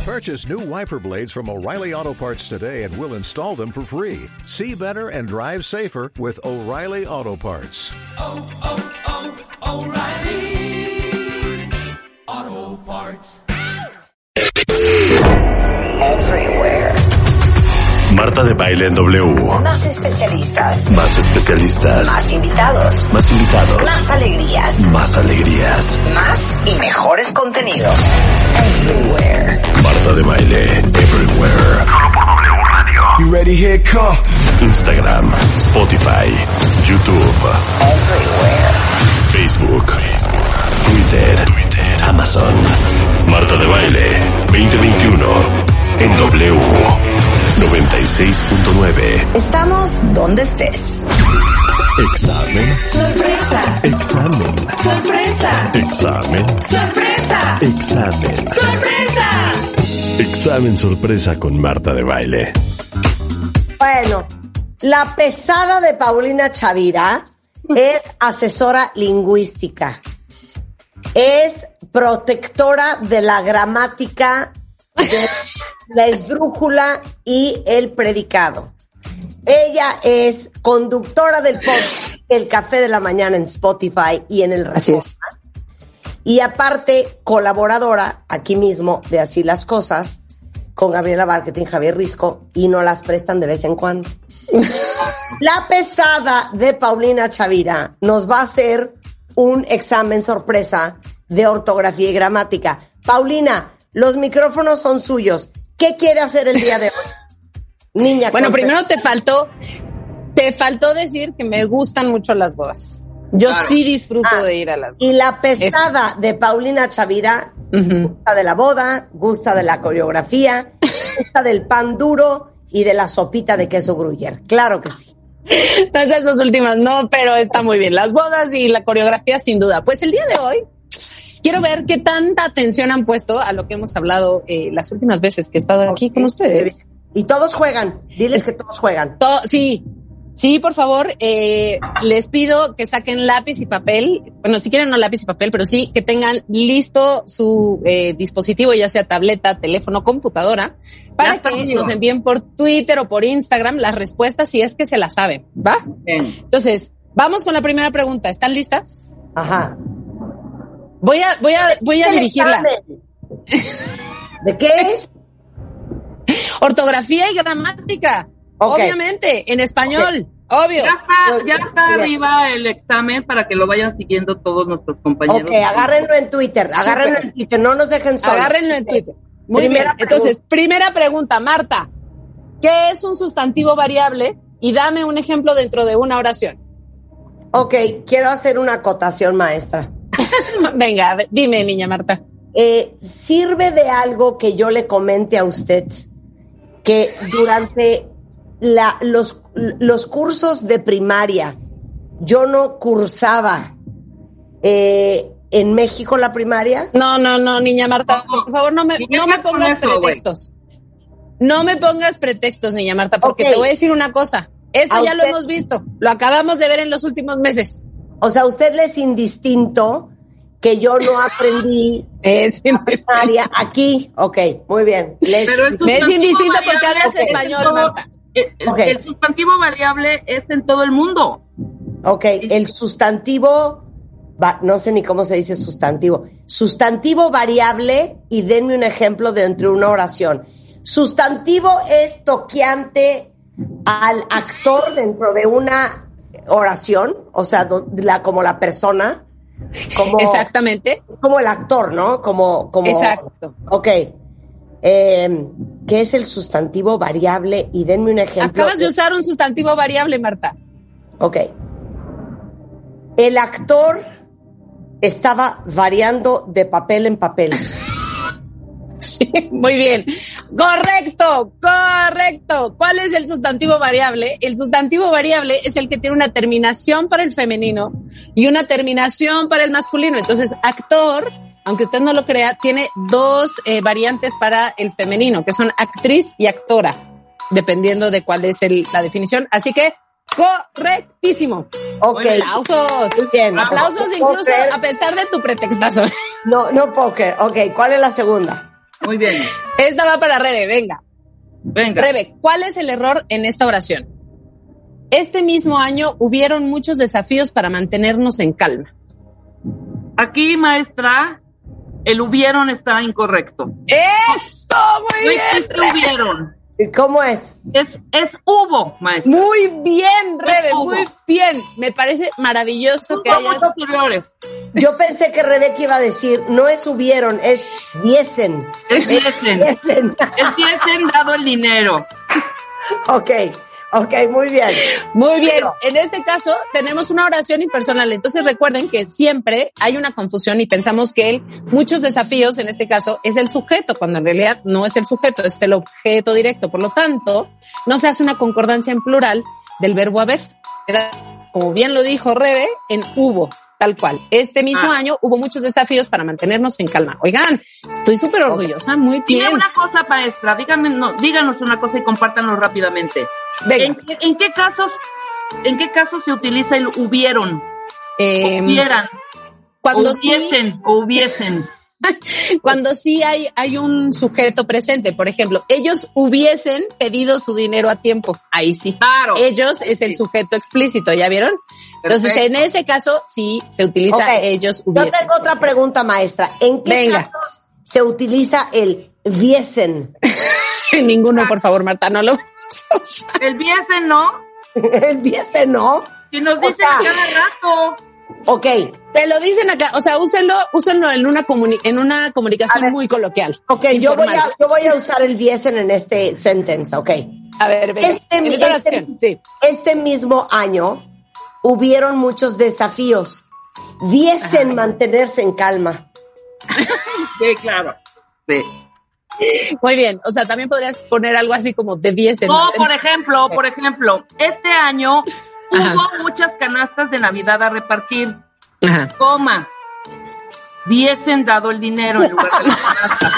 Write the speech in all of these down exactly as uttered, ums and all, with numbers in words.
Purchase new wiper blades from O'Reilly Auto Parts today and we'll install them for free. See better and drive safer with O'Reilly Auto Parts. Oh, oh, oh, O'Reilly Auto Parts. Everywhere. Marta de Baile en W. Más especialistas. Más especialistas. Más invitados. Más invitados. Más alegrías. Más alegrías. Más y mejores contenidos. Everywhere. Marta de Baile Everywhere. Solo por W Radio. You ready? Here it come. Instagram, Spotify, YouTube. Everywhere. Facebook. Twitter. Twitter. Amazon. Marta de Baile veinte veintiuno. En W noventa y seis punto nueve. Estamos donde estés. Examen. Sorpresa. Examen. Sorpresa. Examen. Sorpresa. Examen. Sorpresa. Examen sorpresa con Marta de Baile. Bueno, la pesada de Paulina Chavira es asesora lingüística. Es protectora de la gramática, de la esdrújula y el predicado. Ella es conductora del podcast El Café de la Mañana en Spotify y en el Reforma. Así es. Y aparte, colaboradora aquí mismo de Así las Cosas con Gabriela Marketing, Javier Risco, y no las prestan de vez en cuando. La pesada de Paulina Chavira nos va a hacer un examen sorpresa de ortografía y gramática. Paulina, los micrófonos son suyos. ¿Qué quiere hacer el día de hoy? Niña. Bueno, conce- primero te faltó, te faltó decir que me gustan mucho las bodas. Yo Claro. sí disfruto Ah, de ir a las bodas. Y la pesada de Paulina Chavira Ujú. gusta de la boda, gusta de la coreografía, gusta del pan duro y de la sopita de queso gruyere. Claro que sí. Entonces, esas últimas no, pero está muy bien. Las bodas y la coreografía, sin duda. Pues el día de hoy quiero ver qué tanta atención han puesto a lo que hemos hablado eh, las últimas veces que he estado aquí con ustedes. Y todos juegan. Diles que todos juegan. To- sí, sí, por favor, eh, les pido que saquen lápiz y papel. Bueno, si quieren no lápiz y papel, pero sí que tengan listo su eh, dispositivo, ya sea tableta, teléfono, computadora, para está que conmigo. nos envíen por Twitter o por Instagram las respuestas si es que se las saben, ¿va? Bien. Entonces, vamos con la primera pregunta. ¿Están listas? Ajá. Voy a, voy a, voy a ¿Qué dirigirla. examen? ¿De qué es? Ortografía y gramática. Ok. Obviamente, en español, obvio. Ya está, ya está Muy bien. arriba el examen para que lo vayan siguiendo todos nuestros compañeros. Ok, agárrenlo en Twitter. Agárrenlo en Twitter. No nos dejen solos. Agárrenlo en Twitter. Muy Primera bien. Entonces, primera pregunta, Marta. ¿Qué es un sustantivo variable? Y dame un ejemplo dentro de una oración. Ok, quiero hacer una acotación, maestra. Venga, a ver, dime, niña Marta. Eh, ¿Sirve de algo que yo le comente a usted que durante la, los, los cursos de primaria yo no cursaba eh, en México la primaria? No, no, no, niña Marta, No, por favor, no me, ¿y qué no me haces con pongas eso, güey? pretextos. No me pongas pretextos, niña Marta, porque Ok. te voy a decir una cosa. Esto A ya lo usted- hemos visto. Lo acabamos de ver en los últimos meses. O sea, ¿a usted le es indistinto que yo no aprendí Es la primaria aquí? Ok, muy bien. Les- Pero el Me es sustantivo indistinto porque variable hablas es en español, todo- Marta. El, el- Ok. el sustantivo variable es en todo el mundo. Ok, el sustantivo, va- no sé ni cómo se dice sustantivo. Sustantivo variable, y denme un ejemplo de entre una oración. Sustantivo es toqueante al actor dentro de una oración, o sea, do- la, como la persona, como, Exactamente. como el actor, ¿no? Como, como. Exacto. Ok. Eh, ¿Qué es el sustantivo variable? Y denme un ejemplo. Acabas de usar un sustantivo variable, Marta. Ok. El actor estaba variando de papel en papel. Sí, muy bien. Correcto, correcto. ¿Cuál es el sustantivo variable? El sustantivo variable es el que tiene una terminación para el femenino y una terminación para el masculino. Entonces, actor, aunque usted no lo crea, tiene dos eh, variantes para el femenino, que son actriz y actora, dependiendo de cuál es el, la definición. Así que, correctísimo. Ok. Aplausos. Muy bien. Aplausos No puedo incluso creer. a pesar de tu pretextazo. No, no póker. Ok, ¿cuál es la segunda? Muy bien. Esta va para Rebe, venga. Venga. Rebe, ¿cuál es el error en esta oración? Este mismo año hubieron muchos desafíos para mantenernos en calma. Aquí, maestra, el hubieron está incorrecto. ¡Eso! Muy No bien, existe Rebe. hubieron. ¿Y cómo es? Es, es hubo, maestra. Muy bien, Rebe, hubo. muy bien. Me parece maravilloso que Somos hayas... superiores. Yo pensé que Rebeca iba a decir, no es hubieron, es diesen. Es diesen. Diesen. Es diesen dado el dinero. Ok, ok, muy bien. Muy bien, en este caso tenemos una oración impersonal, entonces recuerden que siempre hay una confusión y pensamos que el muchos desafíos, en este caso, es el sujeto, cuando en realidad no es el sujeto, es el objeto directo, por lo tanto, no se hace una concordancia en plural del verbo haber. Era, como bien lo dijo Rebe, en hubo, tal cual. Este mismo Ah. año hubo muchos desafíos para mantenernos en calma. Oigan, estoy súper orgullosa, muy Dime bien. una cosa, maestra, díganme, no, díganos una cosa y compártanlo rápidamente. Venga, ¿En, qué- en qué casos, en qué casos se utiliza el hubieron? eh, Hubieran, cuando o sí... hubiesen, o hubiesen. Cuando sí hay, hay un sujeto presente, por ejemplo, ellos hubiesen pedido su dinero a tiempo. Ahí sí. Claro. Ellos es el sujeto explícito, ¿ya vieron? Entonces, Perfecto. en ese caso, sí se utiliza Ok. ellos Yo hubiesen. tengo otra pregunta, maestra. ¿En qué Venga. casos se utiliza el viesen? Ninguno, por favor, Marta, no lo vamos a usar. El viesen, ¿no? El viesen, ¿no? Si nos O dicen sea- a cada rato. Ok, Te lo dicen acá, o sea, úsenlo, úsenlo en una comuni- en una A comunicación ver. muy coloquial. ok, yo voy, informal. a, yo voy a usar el viesen en este sentence, ok. A ver, venga, Este, en mi- esta este- oración, sí. este mismo año hubieron muchos desafíos. Viesen mantenerse en calma. Sí, claro. Sí. Muy bien, o sea, también podrías poner algo así como debiesen. O, por ejemplo, por ejemplo, este año Ajá. hubo muchas canastas de Navidad a repartir, Ajá. coma, hubiesen dado el dinero en lugar de la canasta.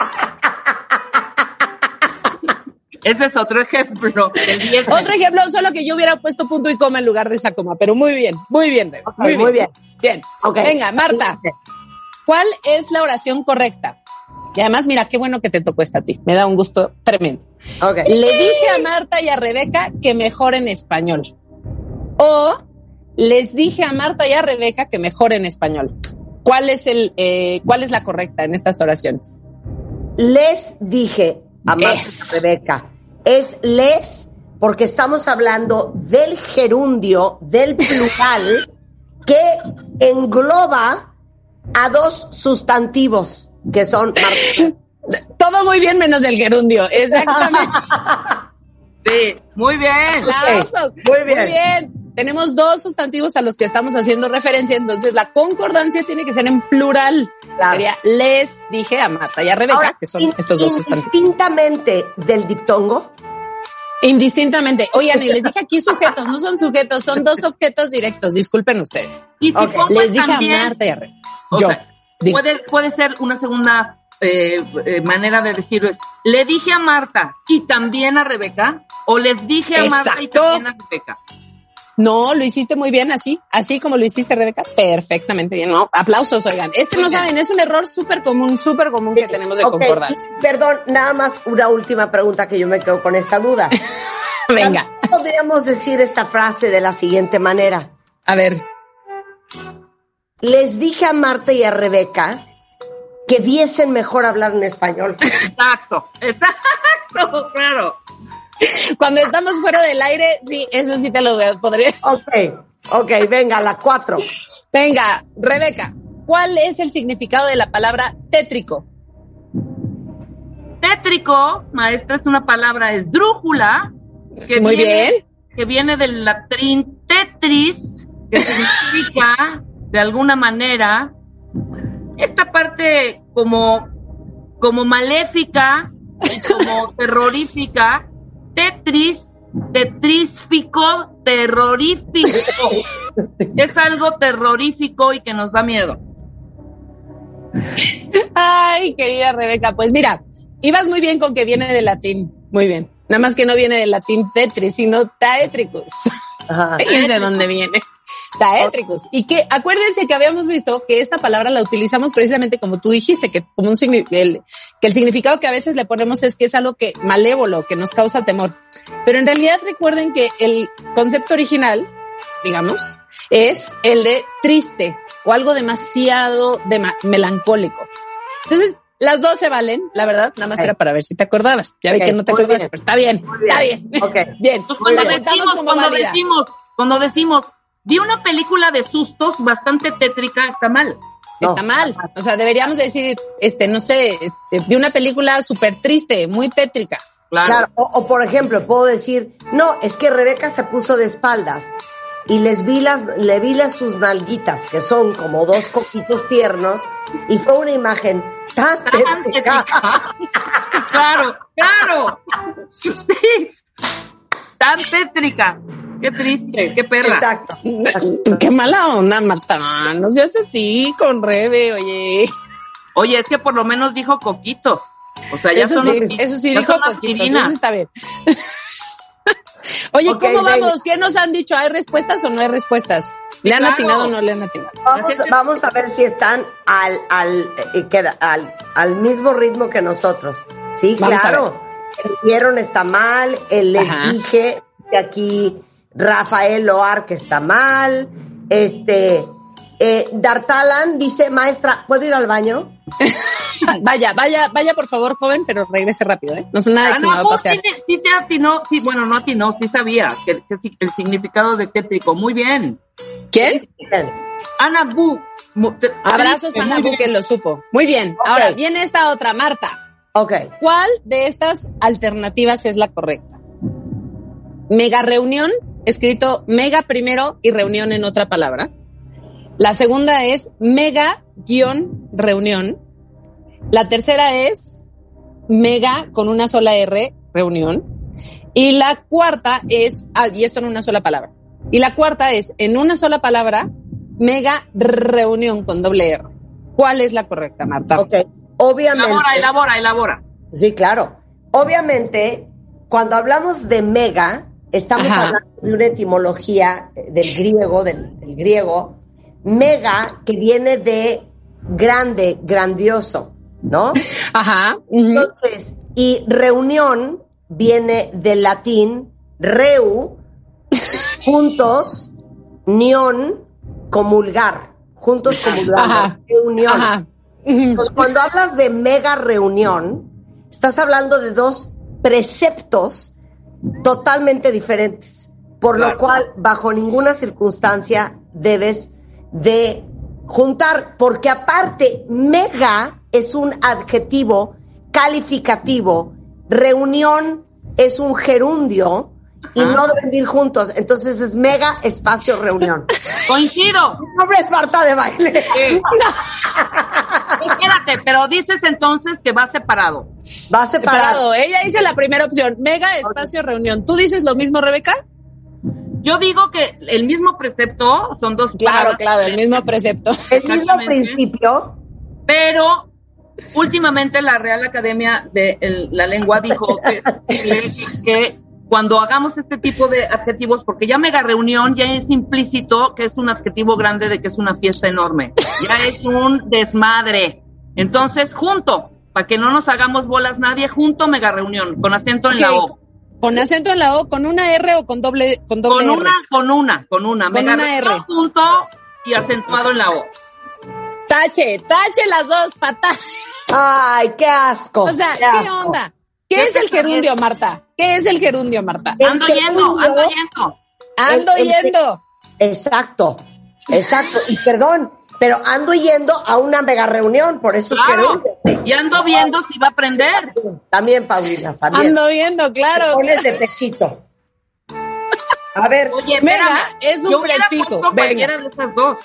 Ese es otro ejemplo. del hubiesen. Otro ejemplo, solo que yo hubiera puesto punto y coma en lugar de esa coma, pero muy bien, muy bien, Rebe, Ok, muy bien. Bien. Ok. Venga, Marta, ¿cuál es la oración correcta? Y además, mira, qué bueno que te tocó esta a ti. Me da un gusto tremendo. Ok. Le dije a Marta y a Rebeca que mejoren español. O les dije a Marta y a Rebeca que mejoren español. ¿Cuál es el, eh, cuál es la correcta en estas oraciones? Les dije a Marta y Eso. a Rebeca. Es les porque estamos hablando del gerundio, del plural, que engloba a dos sustantivos, que son Marta. Todo muy bien menos el gerundio. Exactamente. Sí, muy bien. Aplausos. muy bien. Muy bien. Tenemos dos sustantivos a los que estamos haciendo referencia, entonces la concordancia tiene que ser en plural. Claro. Sería les dije a Marta y a Rebeca, Ahora, que son in- estos dos sustantivos. indistintamente del diptongo, Indistintamente. Oigan, y les dije aquí sujetos, no son sujetos, son dos objetos directos. Disculpen ustedes. Y si Ok, pongo Les dije también, a Marta y a Rebeca. o Yo. sea, digo. puede, puede ser una segunda eh, eh, manera de decirlo es, le dije a Marta y también a Rebeca, o les dije a Marta y Exacto. también a Rebeca. No, lo hiciste muy bien así, así como lo hiciste, Rebeca, perfectamente bien, ¿no? Aplausos, oigan. Este no saben, es un error súper común, súper común que tenemos de Ok, concordancia. y perdón, nada más una última pregunta que yo me quedo con esta duda. Venga, Podríamos decir esta frase de la siguiente manera. a ver. Les dije a Marta y a Rebeca que viesen mejor hablar en español. Exacto, exacto, claro. Cuando estamos fuera del aire, sí, eso sí te lo veo, podría. Ok, ok, venga, la cuatro. Venga, Rebeca, ¿cuál es el significado de la palabra tétrico? Tétrico, maestra, es una palabra esdrújula que Muy viene, bien. que viene del latín tetris, que significa de alguna manera esta parte como, como maléfica y como terrorífica. Tetris, tetrísfico, terrorífico. Es algo terrorífico y que nos da miedo. Ay, querida Rebeca, pues mira, ibas muy bien con que viene del latín. Muy bien. Nada más que no viene del latín tetris, sino taetricus. Ajá. Fíjense dónde viene. Taétricos. Y que acuérdense que habíamos visto que esta palabra la utilizamos precisamente como tú dijiste, que como un signi- el, que el significado que a veces le ponemos es que es algo que malévolo, que nos causa temor. Pero en realidad recuerden que el concepto original, digamos, es el de triste o algo demasiado de ma- melancólico. Entonces, las dos se valen, la verdad, nada más Okay. era para ver si te acordabas. Ya vi Okay, que no te muy acordaste, bien. pero está bien, Muy bien. está bien. Ok. Bien. Entonces, cuando La contamos decimos, como cuando válida. decimos, cuando decimos, vi una película de sustos bastante tétrica, está mal. No. Está mal. O sea, deberíamos decir, este, no sé, este, vi una película súper triste, muy tétrica. Claro. Claro, o, o por ejemplo, puedo decir, no, es que Rebeca se puso de espaldas y les vi las, le vi las sus nalguitas, que son como dos coquitos tiernos, y fue una imagen tan Tan tétrica. tétrica. Claro, claro. Sí. Tan tétrica. Qué triste, qué perra. Exacto. Qué mala onda, Marta. No seas así con Rebe, oye. Oye, es que por lo menos dijo coquitos. O sea, ya Eso son sí, aspiri- eso sí ya dijo son Coquitos, aspirinas. eso está bien. Oye, Ok, ¿cómo venga. vamos? ¿Qué nos han dicho? ¿Hay respuestas o no hay respuestas? ¿Le Sí, han claro. atinado o no le han atinado? Vamos, La gente- vamos a ver si están al, al, eh, queda- al, al mismo ritmo que nosotros. Sí, Vamos a claro. El vieron está mal, el les Ajá. dije de aquí Rafael Loar que está mal. Este eh, Dartalan dice, maestra, ¿puedo ir al baño? Vaya, vaya, vaya por favor, joven, pero regrese rápido, ¿eh? No es nada Ah, que se no, me va a pues, pasear. sí, te- sí te atinó, sí, bueno, no atinó, sí sabía que, que sí, el significado de tétrico. Muy bien. ¿Quién? Ana Bu. mu- te- Abrazos te- a muy Nabu bien. que lo supo. Muy bien. Ok. Ahora viene esta otra, Marta. Ok. ¿Cuál de estas alternativas es la correcta? Mega reunión, escrito mega primero y reunión en otra palabra. La segunda es mega guión reunión. La tercera es mega con una sola R, reunión. Y la cuarta es, ah, y esto en una sola palabra. Y la cuarta es en una sola palabra, mega reunión con doble R. ¿Cuál es la correcta, Marta? Ok. Obviamente. Elabora, elabora, elabora. Sí, claro. Obviamente, cuando hablamos de mega, estamos Ajá. hablando de una etimología del griego, del, del griego, mega, que viene de grande, grandioso, ¿no? Ajá. Ujú. Entonces, y reunión viene del latín reu, juntos, nión, comulgar, juntos comulgar, Ajá. reunión. Ajá. Ujú. Entonces, cuando hablas de mega reunión, estás hablando de dos preceptos totalmente diferentes, por Claro. lo cual, bajo ninguna circunstancia debes de juntar, porque aparte, mega es un adjetivo calificativo, reunión es un gerundio y Ajá. no deben de ir juntos, entonces es mega espacio reunión. Coincido. Mi nombre es Marta de Baile. Sí. Espérate, pero dices entonces que va separado. Va separado. Separado. Ella dice la primera opción, mega espacio reunión. ¿Tú dices lo mismo, Rebeca? Yo digo que el mismo precepto son dos Claro, palabras, claro, el mismo precepto. El mismo Exactamente. principio. pero últimamente la Real Academia de el- la Lengua dijo que, que, que cuando hagamos este tipo de adjetivos, porque ya mega reunión ya es implícito que es un adjetivo grande de que es una fiesta enorme, ya es un desmadre. Entonces, junto, para que no nos hagamos bolas nadie, junto mega reunión, con acento en la Ok. O. ¿Con acento en la O, con una R o con doble, con doble Con R? una, con una, con una. Con Mega una reunión R. junto y acentuado en la O. Tache, tache las dos patas. Ay, qué asco. O sea, qué ¿qué asco. onda? ¿Qué ¿Qué es el te parece? gerundio, Marta? ¿Qué es el gerundio, Marta? El Ando yendo, gerundio- ando yendo. Ando el- el- yendo. Exacto, exacto. Y perdón, pero ando yendo a una mega reunión, por eso es Claro. gerundio. Y ando viendo si va a aprender. También, Paulina, también. Ando viendo, Te claro. pones de pechito. A ver, Oye, Mega espérame, es un yo hubiera prefijo, puesto venga. cualquiera de esas dos.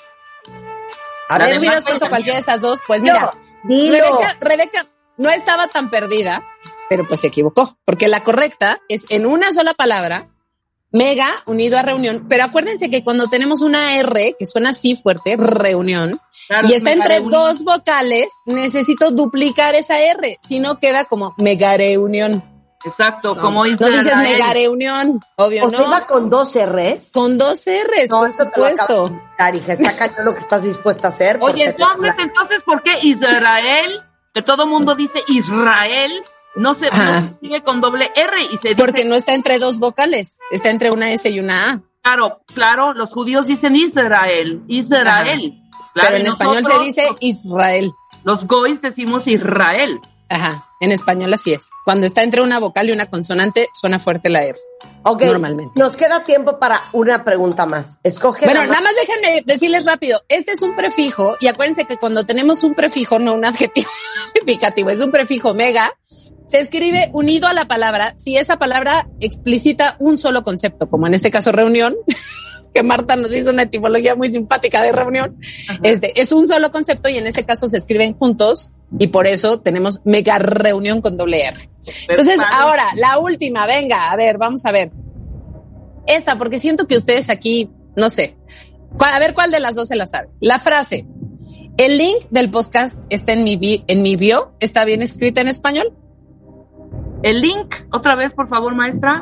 a la ver, de ¿Hubieras Marta y puesto la cualquiera de mía. esas dos? Pues dilo, mira, dilo. Rebeca, Rebeca no estaba tan perdida, pero pues se equivocó, porque la correcta es en una sola palabra, mega unido a reunión, pero acuérdense que cuando tenemos una R, que suena así fuerte, reunión, Claro, y está mega entre reunión. dos vocales, necesito duplicar esa R, si no queda como mega reunión. Exacto, No, como no dices mega reunión, obvio, ¿O ¿no? se iba con dos R's? Con dos R's, No, por eso te lo acabo supuesto. de invitar, hija. Está cañón lo que estás dispuesta a hacer. Oye, porque- entonces, entonces, ¿por qué Israel, que todo mundo dice Israel, no se, no Ajá. se escribe con doble R y se dice, Porque no está entre dos vocales, está entre una S y una A. claro, claro, los judíos dicen Israel, Israel. Claro, Pero y en español se nosotros, dice Israel. Los goys decimos Israel. Ajá, en español así es. Cuando está entre una vocal y una consonante, suena fuerte la R. Ok, Normalmente. nos queda tiempo para una pregunta más. Escoge Bueno, la nada más déjenme decirles rápido. Este es un prefijo, y acuérdense que cuando tenemos un prefijo, no un adjetivo significativo, es un prefijo mega, se escribe unido a la palabra si esa palabra explicita un solo concepto, como en este caso reunión, que Marta nos hizo una etimología muy simpática de reunión. Este es un solo concepto y en ese caso se escriben juntos y por eso tenemos mega reunión con doble R. Entonces, Pero, ahora, la última, venga, a ver, vamos a ver. Esta, porque siento que ustedes aquí, no sé, ¿cuál- a ver cuál de las dos se la sabe. La frase, el link del podcast está en mi, bi- en mi bio, ¿está bien escrita en español? El link, otra vez, por favor, maestra.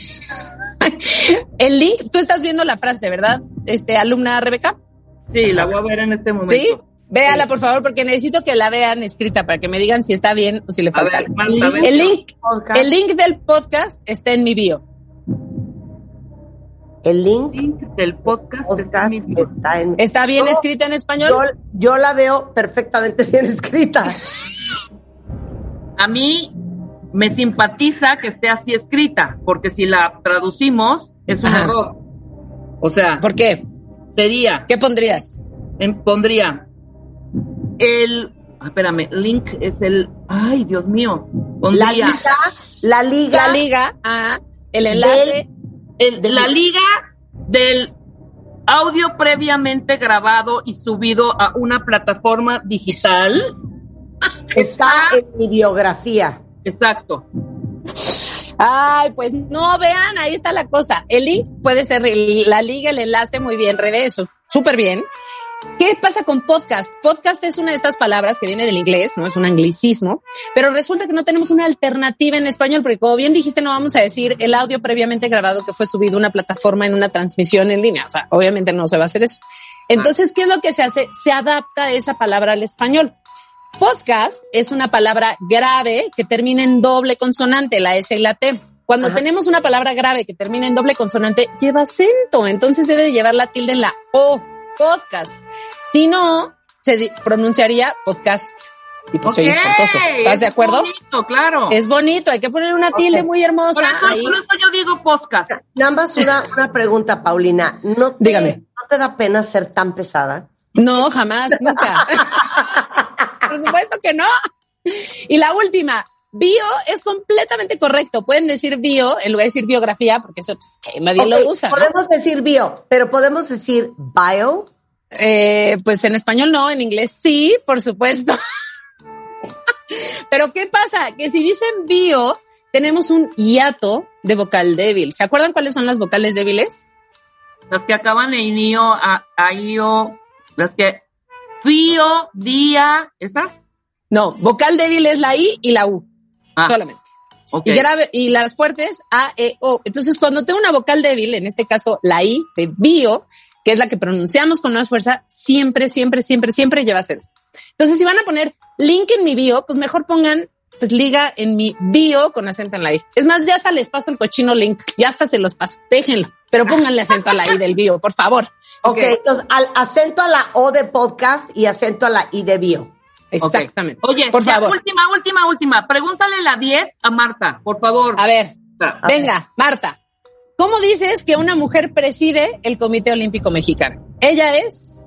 El link, tú estás viendo la frase, ¿verdad? Este, alumna Rebeca. Sí, la voy a ver en este momento. ¿Sí? Véala, por favor, porque necesito que la vean escrita para que me digan si está bien o si le A falta. ver, algo. Marta, ven. El link, podcast. el link del podcast está en mi bio. El link link del podcast, está podcast en mi bio. está en... ¿Está bien Yo- escrita en español? Yo, yo la veo perfectamente bien escrita. A mí me simpatiza que esté así escrita, porque si la traducimos es un Ajá. error. O sea, ¿Por qué? sería, ¿Qué pondrías? en- pondría el, ah, espérame, link es el, ay, Dios mío, La pondría liga, la liga, La liga, ah, el enlace. el- del- la liga del audio previamente grabado y subido a una plataforma digital. está en mi biografía. Exacto. Ay, pues no, vean, ahí está la cosa. El link puede ser el- la liga, el enlace, muy bien, Rebe, eso es súper bien. ¿Qué pasa con podcast? Podcast es una de estas palabras que viene del inglés, no es un anglicismo, pero resulta que no tenemos una alternativa en español, porque como bien dijiste, no vamos a decir el audio previamente grabado que fue subido a una plataforma en una transmisión en línea. O sea, obviamente no se va a hacer eso. Entonces, ¿qué es lo que se hace? Se adapta esa palabra al español. Podcast es una palabra grave que termina en doble consonante, la S y la T. Cuando Ajá. tenemos una palabra grave que termina en doble consonante, lleva acento, entonces debe de llevar la tilde en la O, podcast. Si no, se di- pronunciaría podcast. Y pues soy Ok, espantoso. ¿Estás de es acuerdo? bonito, claro. Es bonito, hay que poner una tilde Ok. muy hermosa por, eso, ahí. por eso yo digo podcast. Nada más una, una pregunta, Paulina. ¿No te, Dígame. ¿No te da pena ser tan pesada? No, jamás, nunca. Por supuesto que no. Y la última, bio es completamente correcto. Pueden decir bio en lugar de decir biografía, porque eso pues, que nadie Ok, lo usa, ¿no? podemos decir bio, pero podemos decir bio. Eh, pues en español no, en inglés sí, por supuesto. Pero ¿qué pasa? Que si dicen bio, tenemos un hiato de vocal débil. ¿Se acuerdan cuáles son las vocales débiles? Las que acaban en io, a, a io, las que fío, día, ¿esas? No, vocal débil es la I y la U, Ah, solamente. ok. Y grave, y las fuertes, A, E, O. Entonces, cuando tengo una vocal débil, en este caso la I de bio, que es la que pronunciamos con más fuerza, siempre, siempre, siempre, siempre lleva acento. Entonces, si van a poner link en mi bio, pues mejor pongan pues liga en mi bio con acento en la I. Es más, ya hasta les paso el cochino link, ya hasta se los paso, déjenlo, pero pónganle acento a la I del bio, por favor. Ok, entonces al acento a la O de podcast y acento a la I de bio. Exactamente. Oye, por ya, favor. última, última, última. Pregúntale la diez a Marta, por favor. A ver, A venga, Marta. ¿Cómo dices que una mujer preside el Comité Olímpico Mexicano? Ella es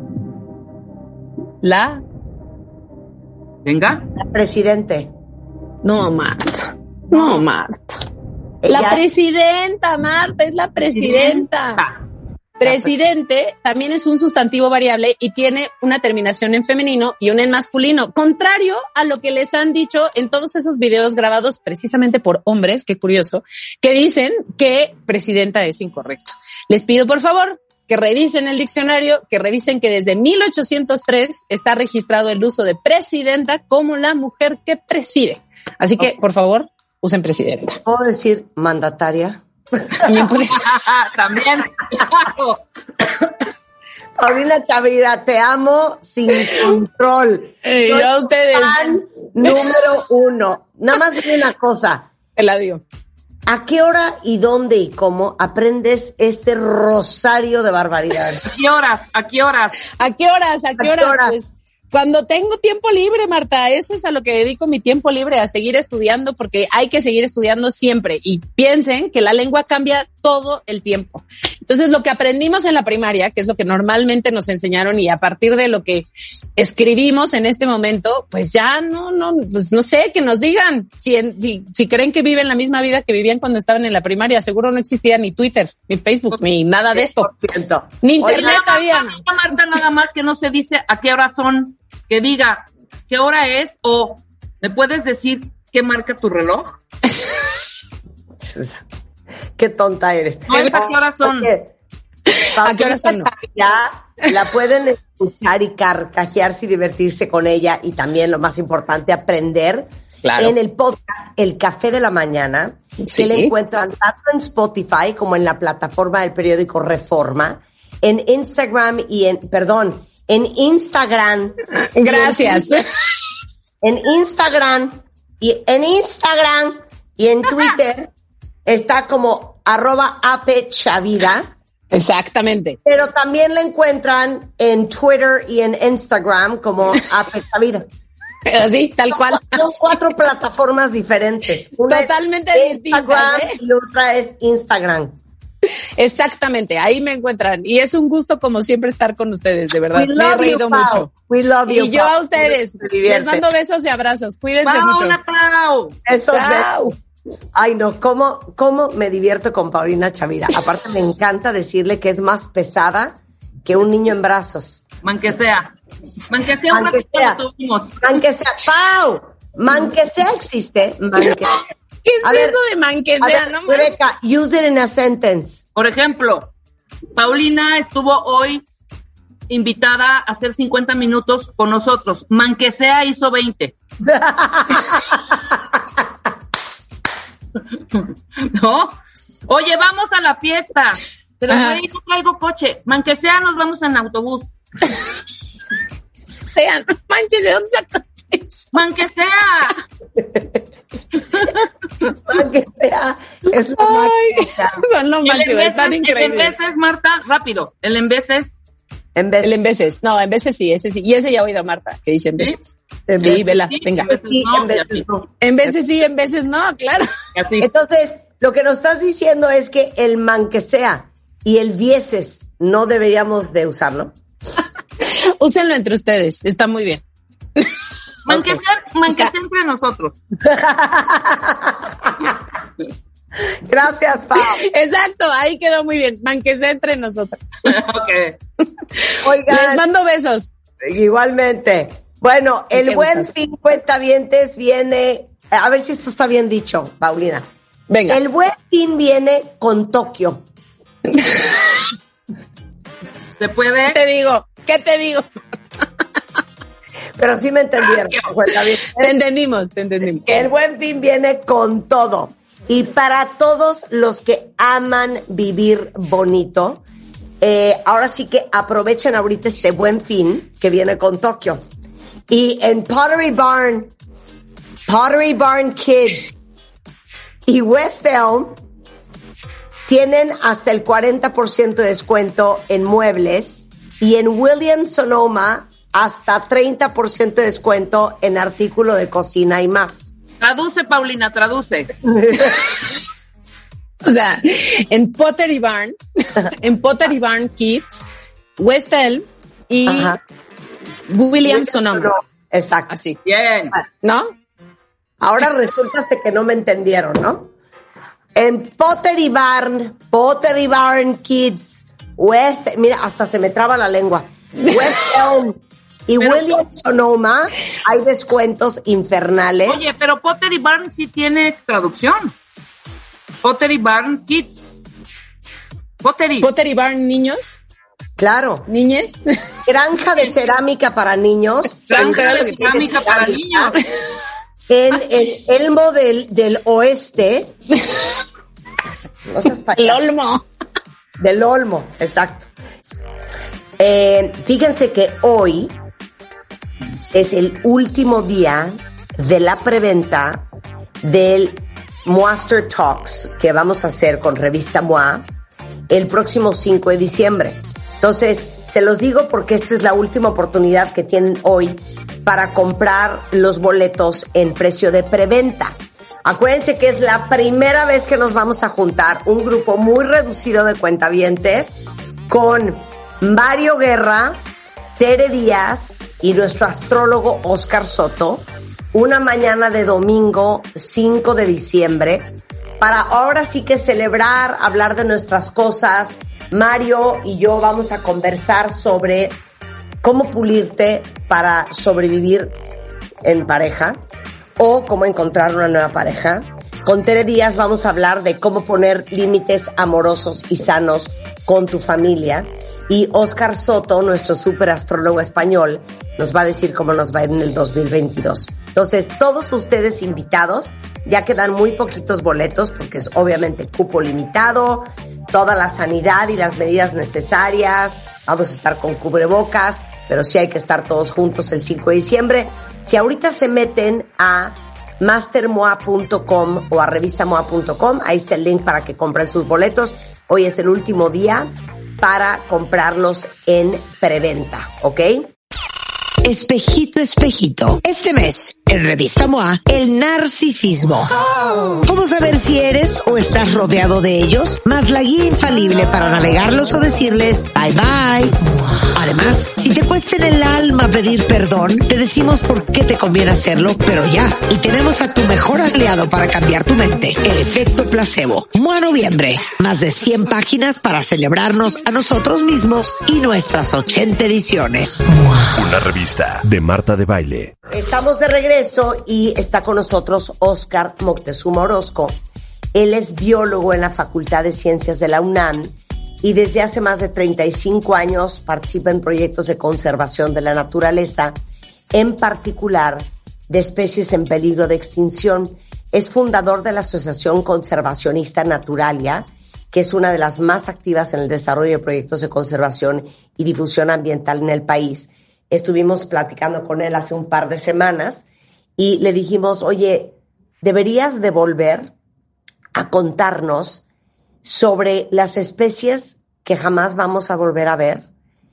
la... Venga. Presidente. No, Marta. No, Marta. Ella- La presidenta, Marta, es la presidenta. Ah, Presidente también es un sustantivo variable y tiene una terminación en femenino y una en masculino, contrario a lo que les han dicho en todos esos videos grabados precisamente por hombres, qué curioso, que dicen que presidenta es incorrecto. Les pido por favor que revisen el diccionario, que revisen que desde mil ochocientos tres está registrado el uso de presidenta como la mujer que preside. Así que, por favor, usen presidenta. ¿Puedo decir mandataria? También puedes. También, claro. Paulina Chavira, te amo sin control. Eh, Soy yo a tu ustedes. fan número uno. Nada más dime una cosa. Te la digo. ¿A qué hora y dónde y cómo aprendes este rosario de barbaridades? ¿A qué horas? ¿A qué horas? ¿A qué horas? ¿A qué qué horas? horas? Pues cuando tengo tiempo libre, Marta, eso es a lo que dedico mi tiempo libre, a seguir estudiando, porque hay que seguir estudiando siempre. Y piensen que la lengua cambia todo el tiempo. Entonces, lo que aprendimos en la primaria, que es lo que normalmente nos enseñaron, y a partir de lo que escribimos en este momento, pues ya no, no, pues no sé, que nos digan si, en, si, si creen que viven la misma vida que vivían cuando estaban en la primaria. Seguro no existía ni Twitter, ni Facebook, ni nada de esto. Ni internet había. Oye, Marta, nada más que no se dice a qué hora son, que diga qué hora es, o ¿me puedes decir qué marca tu reloj? Qué tonta eres. No, ¿a qué horas son? Oye, ¿A qué horas son? No? Ya la pueden escuchar y carcajearse y divertirse con ella, y también, lo más importante, aprender Claro. en el podcast El Café de la Mañana, Sí. que le encuentran tanto en Spotify como en la plataforma del periódico Reforma, en Instagram y en, perdón, en Instagram. Gracias. En Instagram y en Instagram y en Twitter está como arroba apchavira. Exactamente. Pero también la encuentran en Twitter y en Instagram como apchavira. Así, tal cual. Son cuatro plataformas diferentes. Una Totalmente es distintas, Instagram ¿eh? y otra es Instagram. Exactamente, ahí me encuentran. Y es un gusto, como siempre, estar con ustedes, de verdad. We Me he love reído you, Pau. mucho. We love you, Y yo Pau. a ustedes. Me divierte. Les mando besos y abrazos. Cuídense Pau, mucho. una Pau. Esos Chao. besos. Ay, no, ¿cómo, cómo me divierto con Paulina Chavira? Aparte, me encanta decirle que es más pesada que un niño en brazos. Man que sea. Man que sea un Man que ratito sea. lo tuvimos. Man que sea. ¡Pau! Man que sea existe. Man que sea. ¿Qué es A ver, eso de man que A sea? ver, No más. Rebeca, use it in a sentence. Por ejemplo, Paulina estuvo hoy invitada a hacer cincuenta minutos con nosotros. Man que sea hizo veinte. ¿No? Oye, vamos a la fiesta. Pero Ajá. güey, no traigo coche. Man que sea, nos vamos en autobús. Sean, manches, ¿de dónde sacas eso? Man que sea. Man que sea. Es lo Ay, máximo. son lo El máximo, en están veces, el en increíbles. veces, Marta, rápido. El en veces. En vez El en veces, no, en veces sí, ese sí. Y ese ya he oído a Marta, que dice en ¿Sí? veces. En Sí, veces. vela, Sí, venga. en veces Sí, no, en y veces así. no. En veces sí, en veces no, claro. Y así. Entonces, lo que nos estás diciendo es que el man que sea y el dieces no deberíamos de usarlo. Úsenlo entre ustedes, está muy bien. Man que sea, man que sea entre nosotros. Gracias, Pau. Exacto, ahí quedó muy bien. Man que sea entre nosotros. Ok. Oigan, Les mando besos. igualmente. Bueno, el Qué buen gustazo. fin cuentavientes viene, a ver si esto está bien dicho, Paulina. Venga. El buen fin viene con Tokio. ¿Se puede? ¿Qué te digo? ¿Qué te digo? Pero sí me entendieron, cuentavientes. Te entendimos, te entendimos. Que el buen fin viene con todo. Y para todos los que aman vivir bonito, eh, ahora sí que aprovechen ahorita este buen fin que viene con Tokio. Y en Pottery Barn, Pottery Barn Kids y West Elm tienen hasta el cuarenta por ciento de descuento en muebles, y en Williams Sonoma hasta treinta por ciento de descuento en artículo de cocina y más. Traduce, Paulina, traduce. O sea, en Pottery Barn, en Pottery Barn Kids, West Elm y Ajá. Williams Sonoma. Exacto. Así, Bien. ¿no? Ahora resulta hasta que no me entendieron, ¿no? En Pottery Barn, Pottery Barn Kids, West, mira, hasta se me traba la lengua. West Elm y Pero- Williams Sonoma hay descuentos infernales. Oye, pero Pottery Barn sí tiene traducción. Pottery Barn Kids. Pottery. Pottery Barn niños, Claro. niñes. Granja de cerámica para niños. Granja Era lo de que cerámica para niños. en el Elmo del, del Oeste. No seas pa- El Olmo. Del Olmo, exacto. Eh, fíjense que hoy es el último día de la preventa del Moaster Talks que vamos a hacer con Revista M O A el próximo cinco de diciembre. Entonces, se los digo porque esta es la última oportunidad que tienen hoy para comprar los boletos en precio de preventa. Acuérdense que es la primera vez que nos vamos a juntar un grupo muy reducido de cuentavientes con Mario Guerra, Tere Díaz y nuestro astrólogo Oscar Soto, una mañana de domingo cinco de diciembre, para ahora sí que celebrar, hablar de nuestras cosas. Mario y yo vamos a conversar sobre cómo pulirte para sobrevivir en pareja o cómo encontrar una nueva pareja. Con Tere Díaz vamos a hablar de cómo poner límites amorosos y sanos con tu familia. Y Oscar Soto, nuestro súper astrólogo español, nos va a decir cómo nos va a ir en el dos mil veintidós. Entonces, todos ustedes invitados, ya quedan muy poquitos boletos porque es obviamente cupo limitado, toda la sanidad y las medidas necesarias, vamos a estar con cubrebocas, pero sí hay que estar todos juntos el cinco de diciembre. Si ahorita se meten a master moa punto com o a revista moa punto com, ahí está el link para que compren sus boletos. Hoy es el último día para comprarlos en preventa, ¿ok? Espejito, espejito. Este mes, en Revista M O A, el narcisismo. ¿Cómo saber si eres o estás rodeado de ellos? Más la guía infalible para navegarlos o decirles bye bye. Además, si te cuesta en el alma pedir perdón, te decimos por qué te conviene hacerlo, pero ya. Y tenemos a tu mejor aliado para cambiar tu mente, el efecto placebo. M O A Noviembre. Más de cien páginas para celebrarnos a nosotros mismos y nuestras ochenta ediciones. Una revista de Marta de Baile. Estamos de regreso y está con nosotros Oscar Moctezuma Orozco. Él es biólogo en la Facultad de Ciencias de la UNAM y desde hace más de treinta y cinco años participa en proyectos de conservación de la naturaleza, en particular de especies en peligro de extinción. Es fundador de la Asociación Conservacionista Naturalia, que es una de las más activas en el desarrollo de proyectos de conservación y difusión ambiental en el país. Estuvimos platicando con él hace un par de semanas y le dijimos, oye, deberías de volver a contarnos sobre las especies que jamás vamos a volver a ver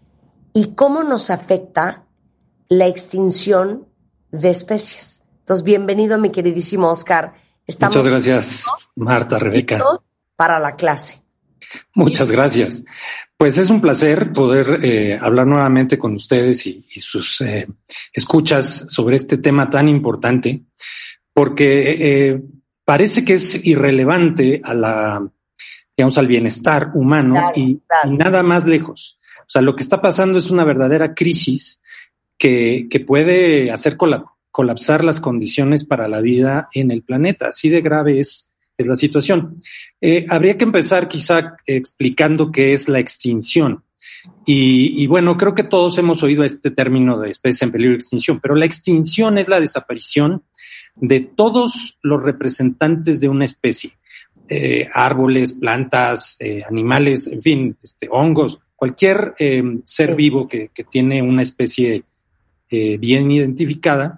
y cómo nos afecta la extinción de especies. Entonces, bienvenido, mi queridísimo Oscar. Estamos Muchas gracias, Marta, Rebeca. Para la clase. Muchas gracias. Pues es un placer poder eh, hablar nuevamente con ustedes y, y sus eh, escuchas sobre este tema tan importante, porque eh, parece que es irrelevante a la, digamos, al bienestar humano. Claro, y, claro. y nada más lejos. O sea, lo que está pasando es una verdadera crisis que, que puede hacer colap- colapsar las condiciones para la vida en el planeta. Así de grave es es la situación. Eh, habría que empezar quizá explicando qué es la extinción. Y, y bueno, creo que todos hemos oído este término de especie en peligro de extinción, pero la extinción es la desaparición de todos los representantes de una especie. Eh, árboles, plantas, eh, animales, en fin, este, hongos, cualquier eh, ser vivo que, que tiene una especie eh, bien identificada.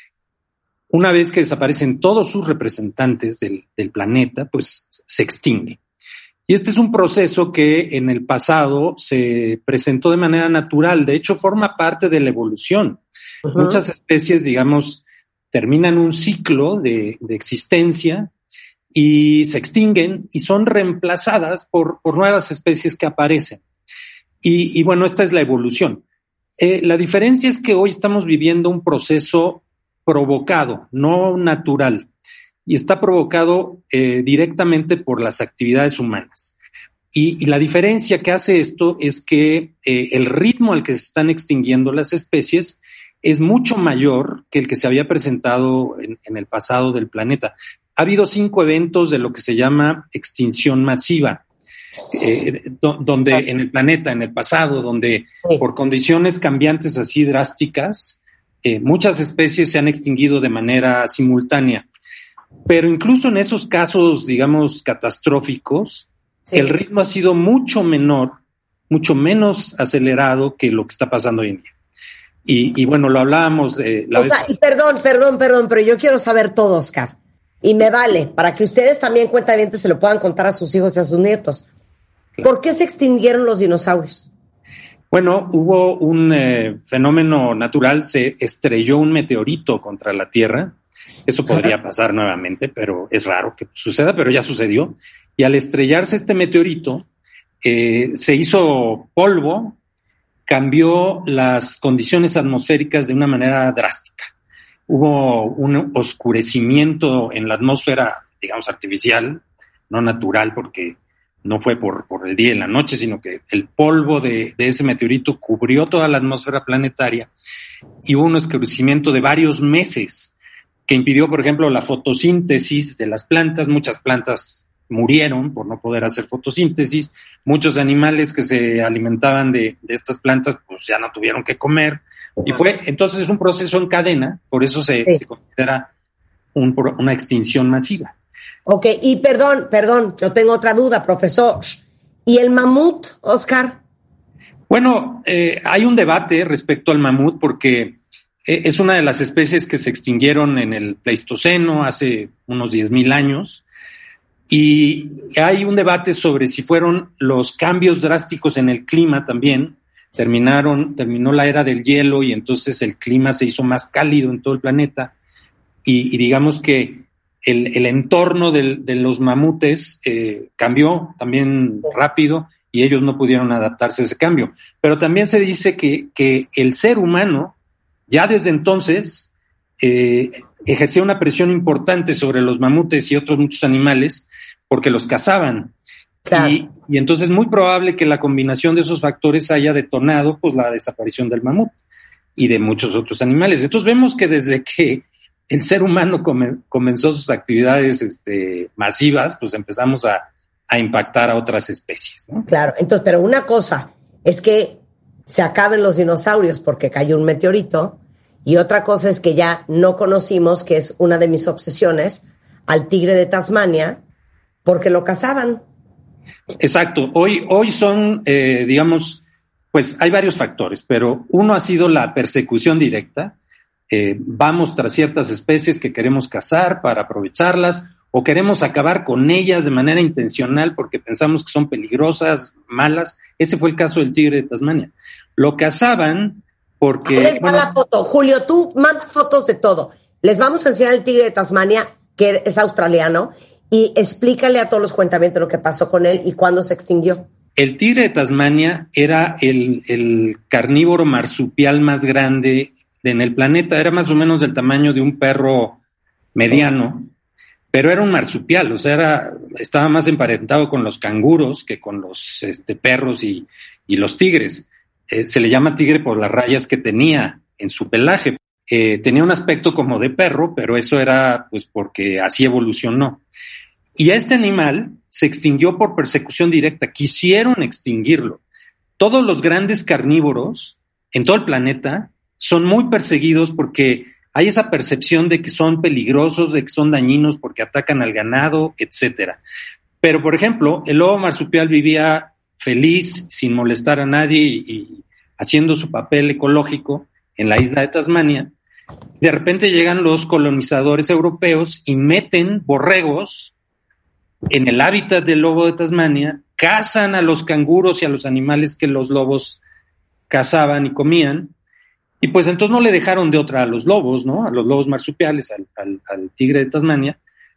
Una vez que desaparecen todos sus representantes del, del planeta, pues se extingue. Y este es un proceso que en el pasado se presentó de manera natural. De hecho, forma parte de la evolución. Uh-huh. Muchas especies, digamos, terminan un ciclo de, de existencia y se extinguen y son reemplazadas por, por nuevas especies que aparecen. Y, y bueno, esta es la evolución. Eh, la diferencia es que hoy estamos viviendo un proceso provocado, no natural, y está provocado eh, directamente por las actividades humanas. Y, y la diferencia que hace esto es que eh, el ritmo al que se están extinguiendo las especies es mucho mayor que el que se había presentado en, en el pasado del planeta. Ha habido cinco eventos de lo que se llama extinción masiva, eh, do, donde en el planeta, en el pasado, donde por condiciones cambiantes así drásticas, eh, muchas especies se han extinguido de manera simultánea. Pero incluso en esos casos, digamos, catastróficos, sí, el ritmo ha sido mucho menor, mucho menos acelerado que lo que está pasando hoy en día. Y, y bueno, lo hablábamos eh, la o vez... sea, y perdón, perdón, perdón, pero yo quiero saber todo, Oscar. Y me vale, para que ustedes también, cuentavientes, se lo puedan contar a sus hijos y a sus nietos. Claro. ¿Por qué se extinguieron los dinosaurios? Bueno, hubo un eh, fenómeno natural, se estrelló un meteorito contra la Tierra. Eso podría pasar nuevamente, pero es raro que suceda, pero ya sucedió. Y al estrellarse este meteorito, eh, se hizo polvo, cambió las condiciones atmosféricas de una manera drástica. Hubo un oscurecimiento en la atmósfera, digamos, artificial, no natural, porque no fue por, por el día y la noche, sino que el polvo de, de ese meteorito cubrió toda la atmósfera planetaria y hubo un oscurecimiento de varios meses que impidió, por ejemplo, la fotosíntesis de las plantas. Muchas plantas murieron por no poder hacer fotosíntesis. Muchos animales que se alimentaban de, de estas plantas, pues ya no tuvieron que comer. Y fue, entonces, un proceso en cadena, por eso se, sí. se considera un, una extinción masiva. Ok, y perdón, perdón, yo tengo otra duda, profesor. ¿Y el mamut, Oscar? Bueno, eh, hay un debate respecto al mamut porque eh, es una de las especies que se extinguieron en el Pleistoceno hace unos diez mil años. Y hay un debate sobre si fueron los cambios drásticos en el clima también. Terminaron, terminó la era del hielo y entonces el clima se hizo más cálido en todo el planeta. Y, y digamos que el, el entorno del, de los mamutes eh, cambió también rápido y ellos no pudieron adaptarse a ese cambio. Pero también se dice que, que el ser humano, ya desde entonces, eh, ejercía una presión importante sobre los mamutes y otros muchos animales porque los cazaban. Claro. Y, y entonces es muy probable que la combinación de esos factores haya detonado pues la desaparición del mamut y de muchos otros animales. Entonces vemos que desde que el ser humano come, comenzó sus actividades este, masivas, pues empezamos a, a impactar a otras especies, ¿no? Claro, entonces, pero una cosa es que se acaben los dinosaurios porque cayó un meteorito, y otra cosa es que ya no conocimos, que es una de mis obsesiones, al tigre de Tasmania, porque lo cazaban. Exacto. Hoy, hoy son, eh, digamos, pues hay varios factores, pero uno ha sido la persecución directa. Eh, vamos tras ciertas especies que queremos cazar para aprovecharlas o queremos acabar con ellas de manera intencional porque pensamos que son peligrosas, malas. Ese fue el caso del tigre de Tasmania. Lo cazaban porque... Les va bueno, la foto. Julio, tú manda fotos de todo. Les vamos a enseñar el tigre de Tasmania, que es australiano, y explícale a todos los cuentavientes lo que pasó con él y cuándo se extinguió. El tigre de Tasmania era el, el carnívoro marsupial más grande en el planeta. Era más o menos del tamaño de un perro mediano, pero era un marsupial, o sea, era, estaba más emparentado con los canguros que con los este, perros y, y los tigres. Eh, se le llama tigre por las rayas que tenía en su pelaje. Eh, tenía un aspecto como de perro, pero eso era pues porque así evolucionó. Y a este animal se extinguió por persecución directa. Quisieron extinguirlo. Todos los grandes carnívoros en todo el planeta son muy perseguidos porque hay esa percepción de que son peligrosos, de que son dañinos porque atacan al ganado, etcétera. Pero, por ejemplo, el lobo marsupial vivía feliz, sin molestar a nadie y, y haciendo su papel ecológico en la isla de Tasmania. De repente llegan los colonizadores europeos y meten borregos en el hábitat del lobo de Tasmania, cazan a los canguros y a los animales que los lobos cazaban y comían, y pues entonces no le dejaron de otra a los lobos, ¿no? A los lobos marsupiales, al, al, al tigre de Tasmania,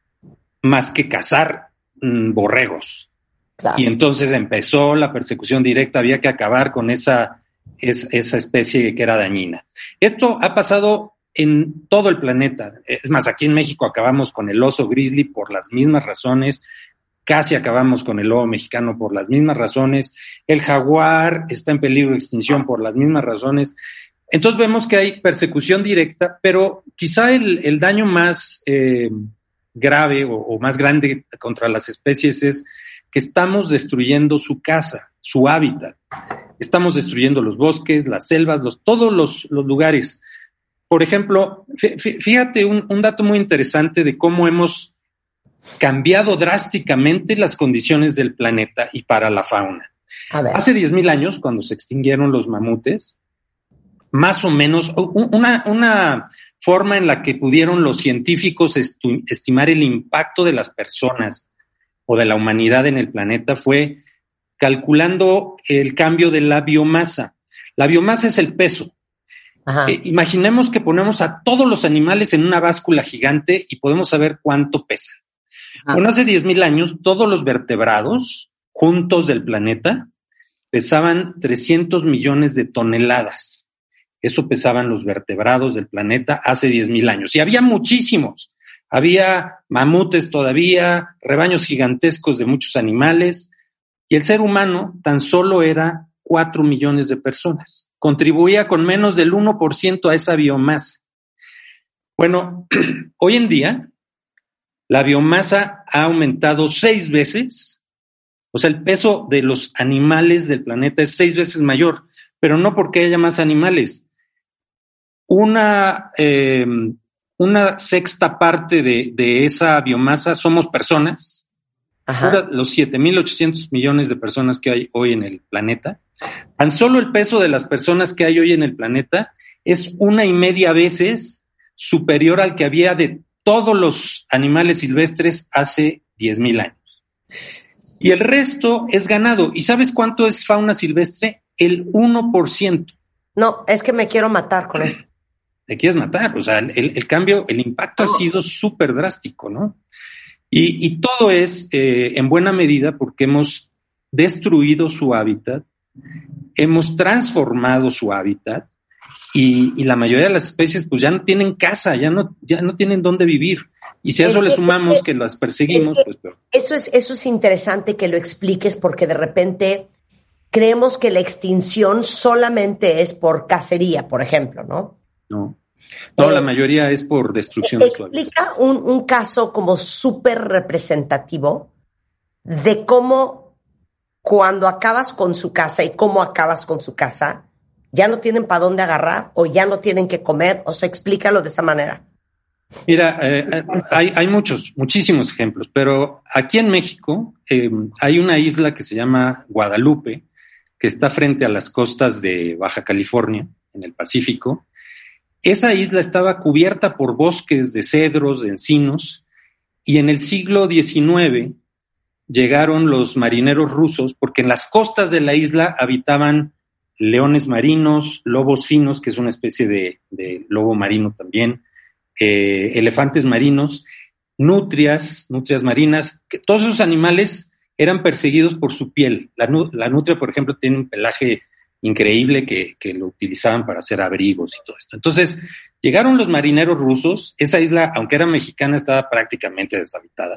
más que cazar mmm, borregos. Claro. Y entonces empezó la persecución directa, había que acabar con esa, es, esa especie que era dañina. Esto ha pasado en todo el planeta. Es más, aquí en México acabamos con el oso grizzly por las mismas razones, casi acabamos con el lobo mexicano por las mismas razones, el jaguar está en peligro de extinción por las mismas razones. Entonces vemos que hay persecución directa, pero quizá el, el daño más eh, grave o, o más grande contra las especies es que estamos destruyendo su casa, su hábitat. Estamos destruyendo los bosques, las selvas, los, todos los, los lugares por ejemplo, fíjate un, un dato muy interesante de cómo hemos cambiado drásticamente las condiciones del planeta y para la fauna. A ver. Hace diez mil años, cuando se extinguieron los mamutes, más o menos, una, una forma en la que pudieron los científicos estu- estimar el impacto de las personas o de la humanidad en el planeta fue calculando el cambio de la biomasa. La biomasa es el peso. Eh, imaginemos que ponemos a todos los animales en una báscula gigante y podemos saber cuánto pesan. Ajá. Bueno, hace diez mil años, todos los vertebrados juntos del planeta pesaban trescientos millones de toneladas. Eso pesaban los vertebrados del planeta hace diez mil años. Y había muchísimos. Había mamutes todavía, rebaños gigantescos de muchos animales. Y el ser humano tan solo era cuatro millones de personas. Contribuía con menos del uno por ciento a esa biomasa. Bueno, hoy en día la biomasa ha aumentado seis veces. O sea, el peso de los animales del planeta es seis veces mayor, pero no porque haya más animales. Una, eh, una sexta parte de, de esa biomasa somos personas. Ahora, los siete mil ochocientos millones de personas que hay hoy en el planeta. Tan solo el peso de las personas que hay hoy en el planeta es una y media veces superior al que había de todos los animales silvestres hace diez mil años. Y el resto es ganado. ¿Y sabes cuánto es fauna silvestre? El uno por ciento. No, es que me quiero matar con esto. Te quieres matar. O sea, el, el cambio, el impacto ha sido súper drástico, ¿no? Y, y todo es, eh, en buena medida, porque hemos destruido su hábitat, hemos transformado su hábitat, y, y la mayoría de las especies pues ya no tienen casa, ya no, ya no tienen dónde vivir. Y si a eso es le que, sumamos es que, que las perseguimos, es que, pues peor. Eso es, eso es interesante que lo expliques, porque de repente creemos que la extinción solamente es por cacería, por ejemplo, ¿no? No. No, eh, la mayoría es por destrucción de su hábitat. Explica un, un caso como súper representativo de cómo cuando acabas con su casa y cómo acabas con su casa, ya no tienen para dónde agarrar o ya no tienen que comer. O sea, explícalo de esa manera. Mira, eh, hay, hay muchos, muchísimos ejemplos, pero aquí en México eh, hay una isla que se llama Guadalupe, que está frente a las costas de Baja California, en el Pacífico. Esa isla estaba cubierta por bosques de cedros, de encinos, y en el siglo diecinueve llegaron los marineros rusos, porque en las costas de la isla habitaban leones marinos, lobos finos, que es una especie de, de lobo marino también, eh, elefantes marinos, nutrias, nutrias marinas, que todos esos animales eran perseguidos por su piel. La, la nutria, por ejemplo, tiene un pelaje increíble que, que lo utilizaban para hacer abrigos y todo esto. Entonces, llegaron los marineros rusos, esa isla, aunque era mexicana, estaba prácticamente deshabitada.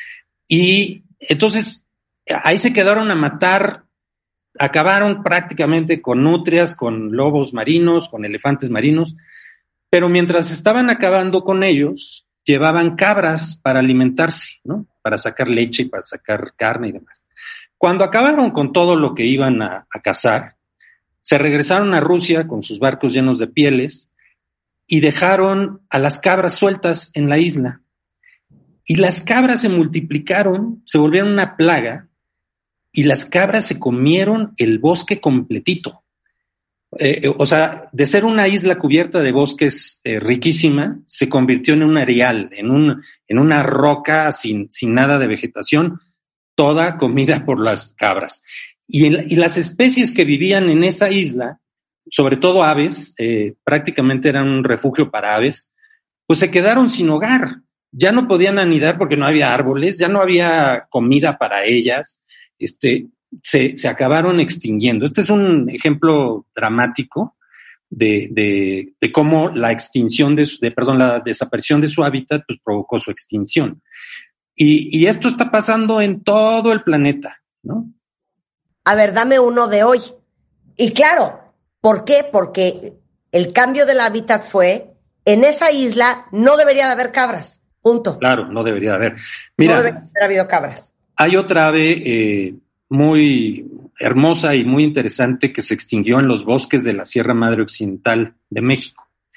Y entonces, ahí se quedaron a matar, acabaron prácticamente con nutrias, con lobos marinos, con elefantes marinos, pero mientras estaban acabando con ellos, llevaban cabras para alimentarse, ¿no? Para sacar leche y para sacar carne y demás. Cuando acabaron con todo lo que iban a, a cazar, se regresaron a Rusia con sus barcos llenos de pieles y dejaron a las cabras sueltas en la isla. Y las cabras se multiplicaron, se volvieron una plaga, y las cabras se comieron el bosque completito. Eh, o sea, de ser una isla cubierta de bosques eh, riquísima, se convirtió en un areal, en, un, en una roca sin, sin nada de vegetación, toda comida por las cabras. Y, el, y las especies que vivían en esa isla, sobre todo aves, eh, prácticamente eran un refugio para aves, pues se quedaron sin hogar. Ya no podían anidar porque no había árboles, ya no había comida para ellas, este, se, se acabaron extinguiendo. Este es un ejemplo dramático de, de, de cómo la extinción de, su, de, perdón, la desaparición de su hábitat pues provocó su extinción. Y, y esto está pasando en todo el planeta, ¿no? A ver, dame uno de hoy. Y claro, ¿por qué? Porque el cambio del hábitat fue, en esa isla no debería de haber cabras, punto. Claro, no debería de haber. Mira, no debería haber habido cabras. Hay otra ave eh, muy hermosa y muy interesante que se extinguió en los bosques de la Sierra Madre Occidental de México.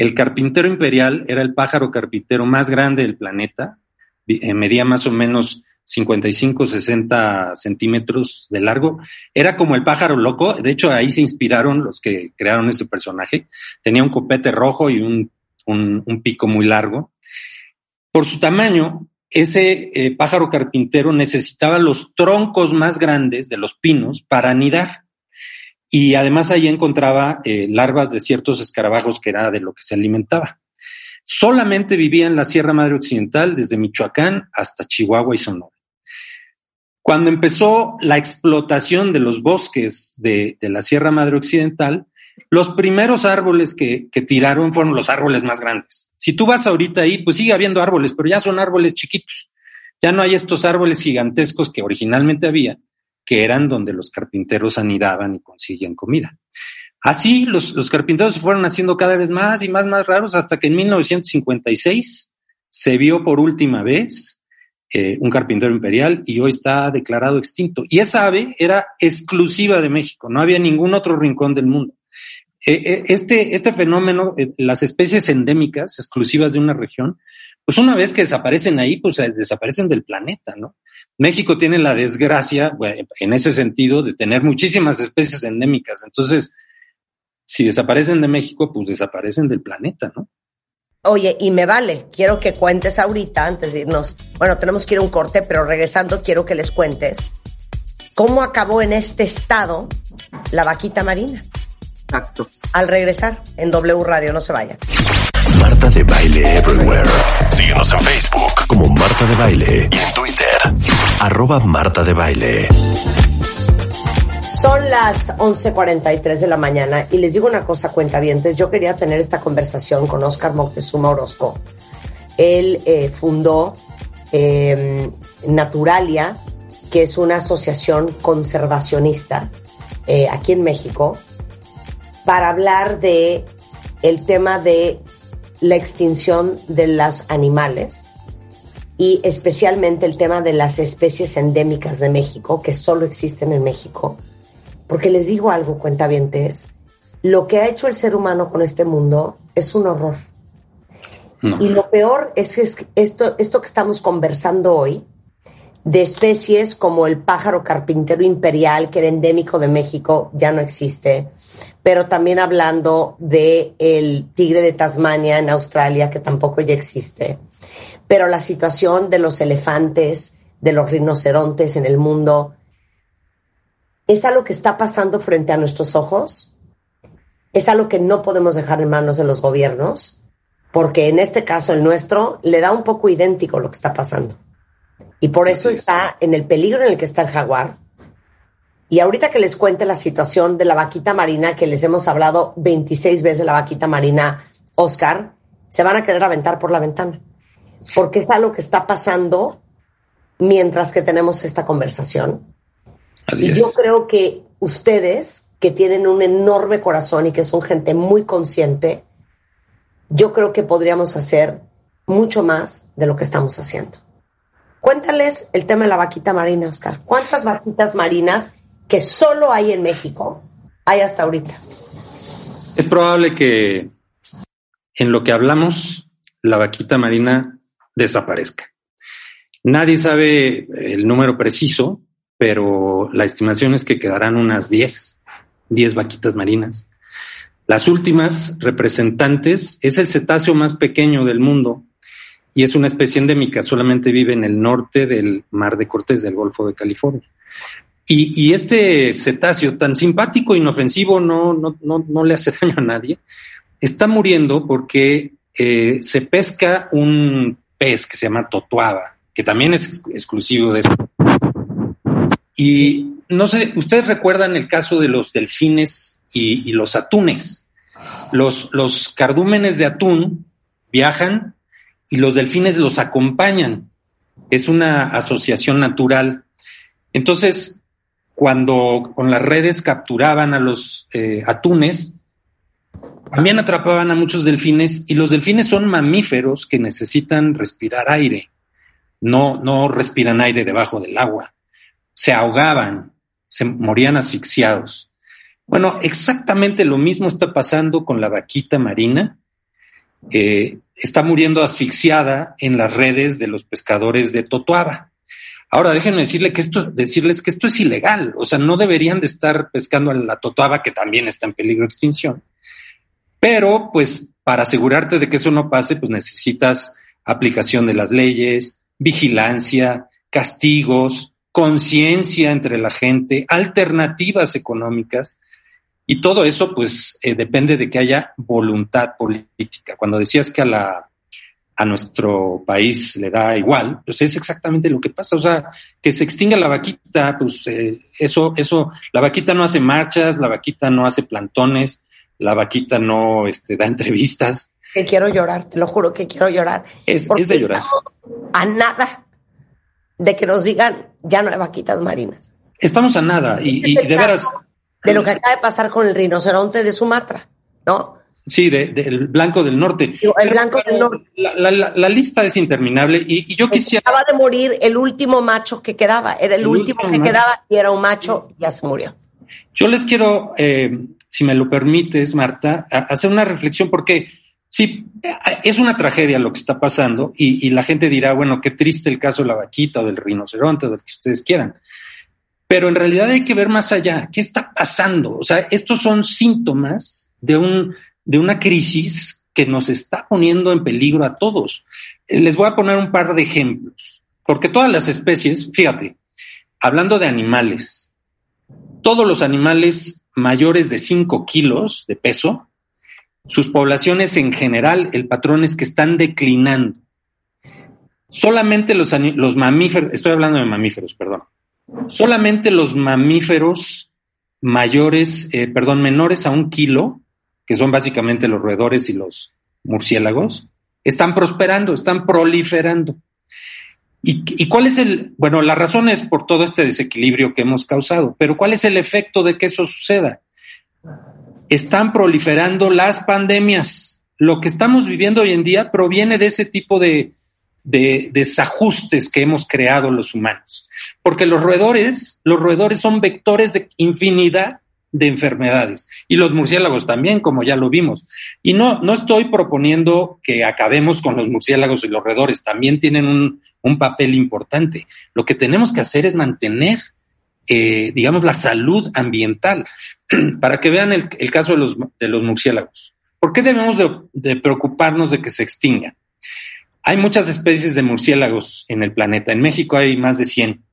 El carpintero imperial era el pájaro carpintero más grande del planeta, eh, medía más o menos cincuenta y cinco, sesenta centímetros de largo. Era como el pájaro loco, de hecho ahí se inspiraron los que crearon ese personaje. Tenía un copete rojo y un, un, un pico muy largo. Por su tamaño, ese eh, pájaro carpintero necesitaba los troncos más grandes de los pinos para anidar. Y además ahí encontraba eh, larvas de ciertos escarabajos que era de lo que se alimentaba. Solamente vivía en la Sierra Madre Occidental, desde Michoacán hasta Chihuahua y Sonora. Cuando empezó la explotación de los bosques de, de la Sierra Madre Occidental, los primeros árboles que, que tiraron fueron los árboles más grandes. Si tú vas ahorita ahí, pues sigue habiendo árboles, pero ya son árboles chiquitos. Ya no hay estos árboles gigantescos que originalmente había, que eran donde los carpinteros anidaban y consiguen comida. Así los, los carpinteros se fueron haciendo cada vez más y más, más raros, hasta que en mil novecientos cincuenta y seis se vio por última vez eh, un carpintero imperial y hoy está declarado extinto. Y esa ave era exclusiva de México, no había ningún otro rincón del mundo. Eh, eh, este, este fenómeno, eh, las especies endémicas exclusivas de una región, pues una vez que desaparecen ahí, pues eh, desaparecen del planeta, ¿no? México tiene la desgracia, bueno, en ese sentido, de tener muchísimas especies endémicas. Entonces, si desaparecen de México, pues desaparecen del planeta, ¿no? Oye, y me vale, quiero que cuentes ahorita, antes de irnos, bueno, tenemos que ir a un corte, pero regresando quiero que les cuentes cómo acabó en este estado la vaquita marina. Exacto. Al regresar en W Radio, no se vayan. Marta de Baile Everywhere. Síguenos en Facebook como Marta de Baile y en Twitter, arroba Marta de Baile. Son las once cuarenta y tres de la mañana y les digo una cosa, cuentavientes. Yo quería tener esta conversación con Óscar Moctezuma Orozco. Él eh, fundó eh, Naturalia, que es una asociación conservacionista eh, aquí en México, para hablar de el tema de la extinción de los animales y especialmente el tema de las especies endémicas de México, que solo existen en México. Porque les digo algo, cuentavientes, lo que ha hecho el ser humano con este mundo es un horror. No. Y lo peor es que esto, esto que estamos conversando hoy, de especies como el pájaro carpintero imperial, que era endémico de México, ya no existe. Pero también hablando de el tigre de Tasmania en Australia, que tampoco ya existe. Pero la situación de los elefantes, de los rinocerontes en el mundo, es algo que está pasando frente a nuestros ojos. Es algo que no podemos dejar en manos de los gobiernos, porque en este caso el nuestro le da un poco idéntico lo que está pasando. Y por eso está en el peligro en el que está el jaguar. Y ahorita que les cuente la situación de la vaquita marina, que les hemos hablado veintiséis veces de la vaquita marina, Óscar, se van a querer aventar por la ventana. Porque es algo que está pasando mientras que tenemos esta conversación. Así y es. Yo creo que ustedes, que tienen un enorme corazón y que son gente muy consciente, yo creo que podríamos hacer mucho más de lo que estamos haciendo. Cuéntales el tema de la vaquita marina, Óscar. ¿Cuántas vaquitas marinas que solo hay en México hay hasta ahorita? Es probable que en lo que hablamos, la vaquita marina desaparezca. Nadie sabe el número preciso, pero la estimación es que quedarán unas diez, diez vaquitas marinas. Las últimas representantes es el cetáceo más pequeño del mundo y es una especie endémica, solamente vive en el norte del Mar de Cortés, del Golfo de California. Y, y este cetáceo tan simpático, inofensivo, no, no, no, no le hace daño a nadie, está muriendo porque eh, se pesca un pez que se llama totuaba, que también es exclusivo de eso. Y no sé, ustedes recuerdan el caso de los delfines y, y los atunes. Los, los cardúmenes de atún viajan y los delfines los acompañan. Es una asociación natural. Entonces, cuando con las redes capturaban a los eh, atunes, también atrapaban a muchos delfines, y los delfines son mamíferos que necesitan respirar aire. No, no respiran aire debajo del agua. Se ahogaban, se morían asfixiados. Bueno, exactamente lo mismo está pasando con la vaquita marina. eh, está muriendo asfixiada en las redes de los pescadores de Totoaba. Ahora, déjenme decirle que esto, decirles que esto es ilegal. O sea, no deberían de estar pescando a la Totoaba, que también está en peligro de extinción. Pero, pues, para asegurarte de que eso no pase, pues necesitas aplicación de las leyes, vigilancia, castigos, conciencia entre la gente, alternativas económicas. Y todo eso, pues, eh, depende de que haya voluntad política. Cuando decías que a la a nuestro país le da igual, pues es exactamente lo que pasa. O sea, que se extinga la vaquita, pues eh, eso, eso, la vaquita no hace marchas, la vaquita no hace plantones, la vaquita no este, da entrevistas. Que quiero llorar, te lo juro que quiero llorar. Es, es de llorar. A nada de que nos digan, ya no hay vaquitas marinas. Estamos a nada, y, y de veras... De lo que acaba de pasar con el rinoceronte de Sumatra, ¿no? Sí, del de, de blanco del norte. Digo, el blanco pero, del norte. La, la, la, la lista es interminable y, y yo quisiera... Acaba de morir el último macho que quedaba. Era el, el último, último que macho. quedaba y era un macho y ya se murió. Yo les quiero, eh, si me lo permites, Marta, a, hacer una reflexión porque sí, es una tragedia lo que está pasando y, y la gente dirá, bueno, qué triste el caso de la vaquita o del rinoceronte o del que ustedes quieran. Pero en realidad hay que ver más allá. ¿Qué está pasando? O sea, estos son síntomas de un... de una crisis que nos está poniendo en peligro a todos. Les voy a poner un par de ejemplos, porque todas las especies, fíjate, hablando de animales, todos los animales mayores de cinco kilos de peso, sus poblaciones en general, el patrón es que están declinando. Solamente los, los mamíferos, estoy hablando de mamíferos, perdón, solamente los mamíferos mayores, eh, perdón, menores a un kilo, que son básicamente los roedores y los murciélagos, están prosperando, están proliferando. ¿Y, ¿Y cuál es el...? Bueno, la razón es por todo este desequilibrio que hemos causado, pero ¿cuál es el efecto de que eso suceda? Están proliferando las pandemias. Lo que estamos viviendo hoy en día proviene de ese tipo de, de desajustes que hemos creado los humanos. Porque los roedores, los roedores son vectores de infinidad de enfermedades. Y los murciélagos también, como ya lo vimos. Y no, no estoy proponiendo que acabemos con los murciélagos y los roedores. También tienen un, un papel importante. Lo que tenemos que hacer es mantener, eh, digamos, la salud ambiental. Para que vean el, el caso de los, de los murciélagos. ¿Por qué debemos de, de preocuparnos de que se extingan? Hay muchas especies de murciélagos en el planeta. En México hay más de cien.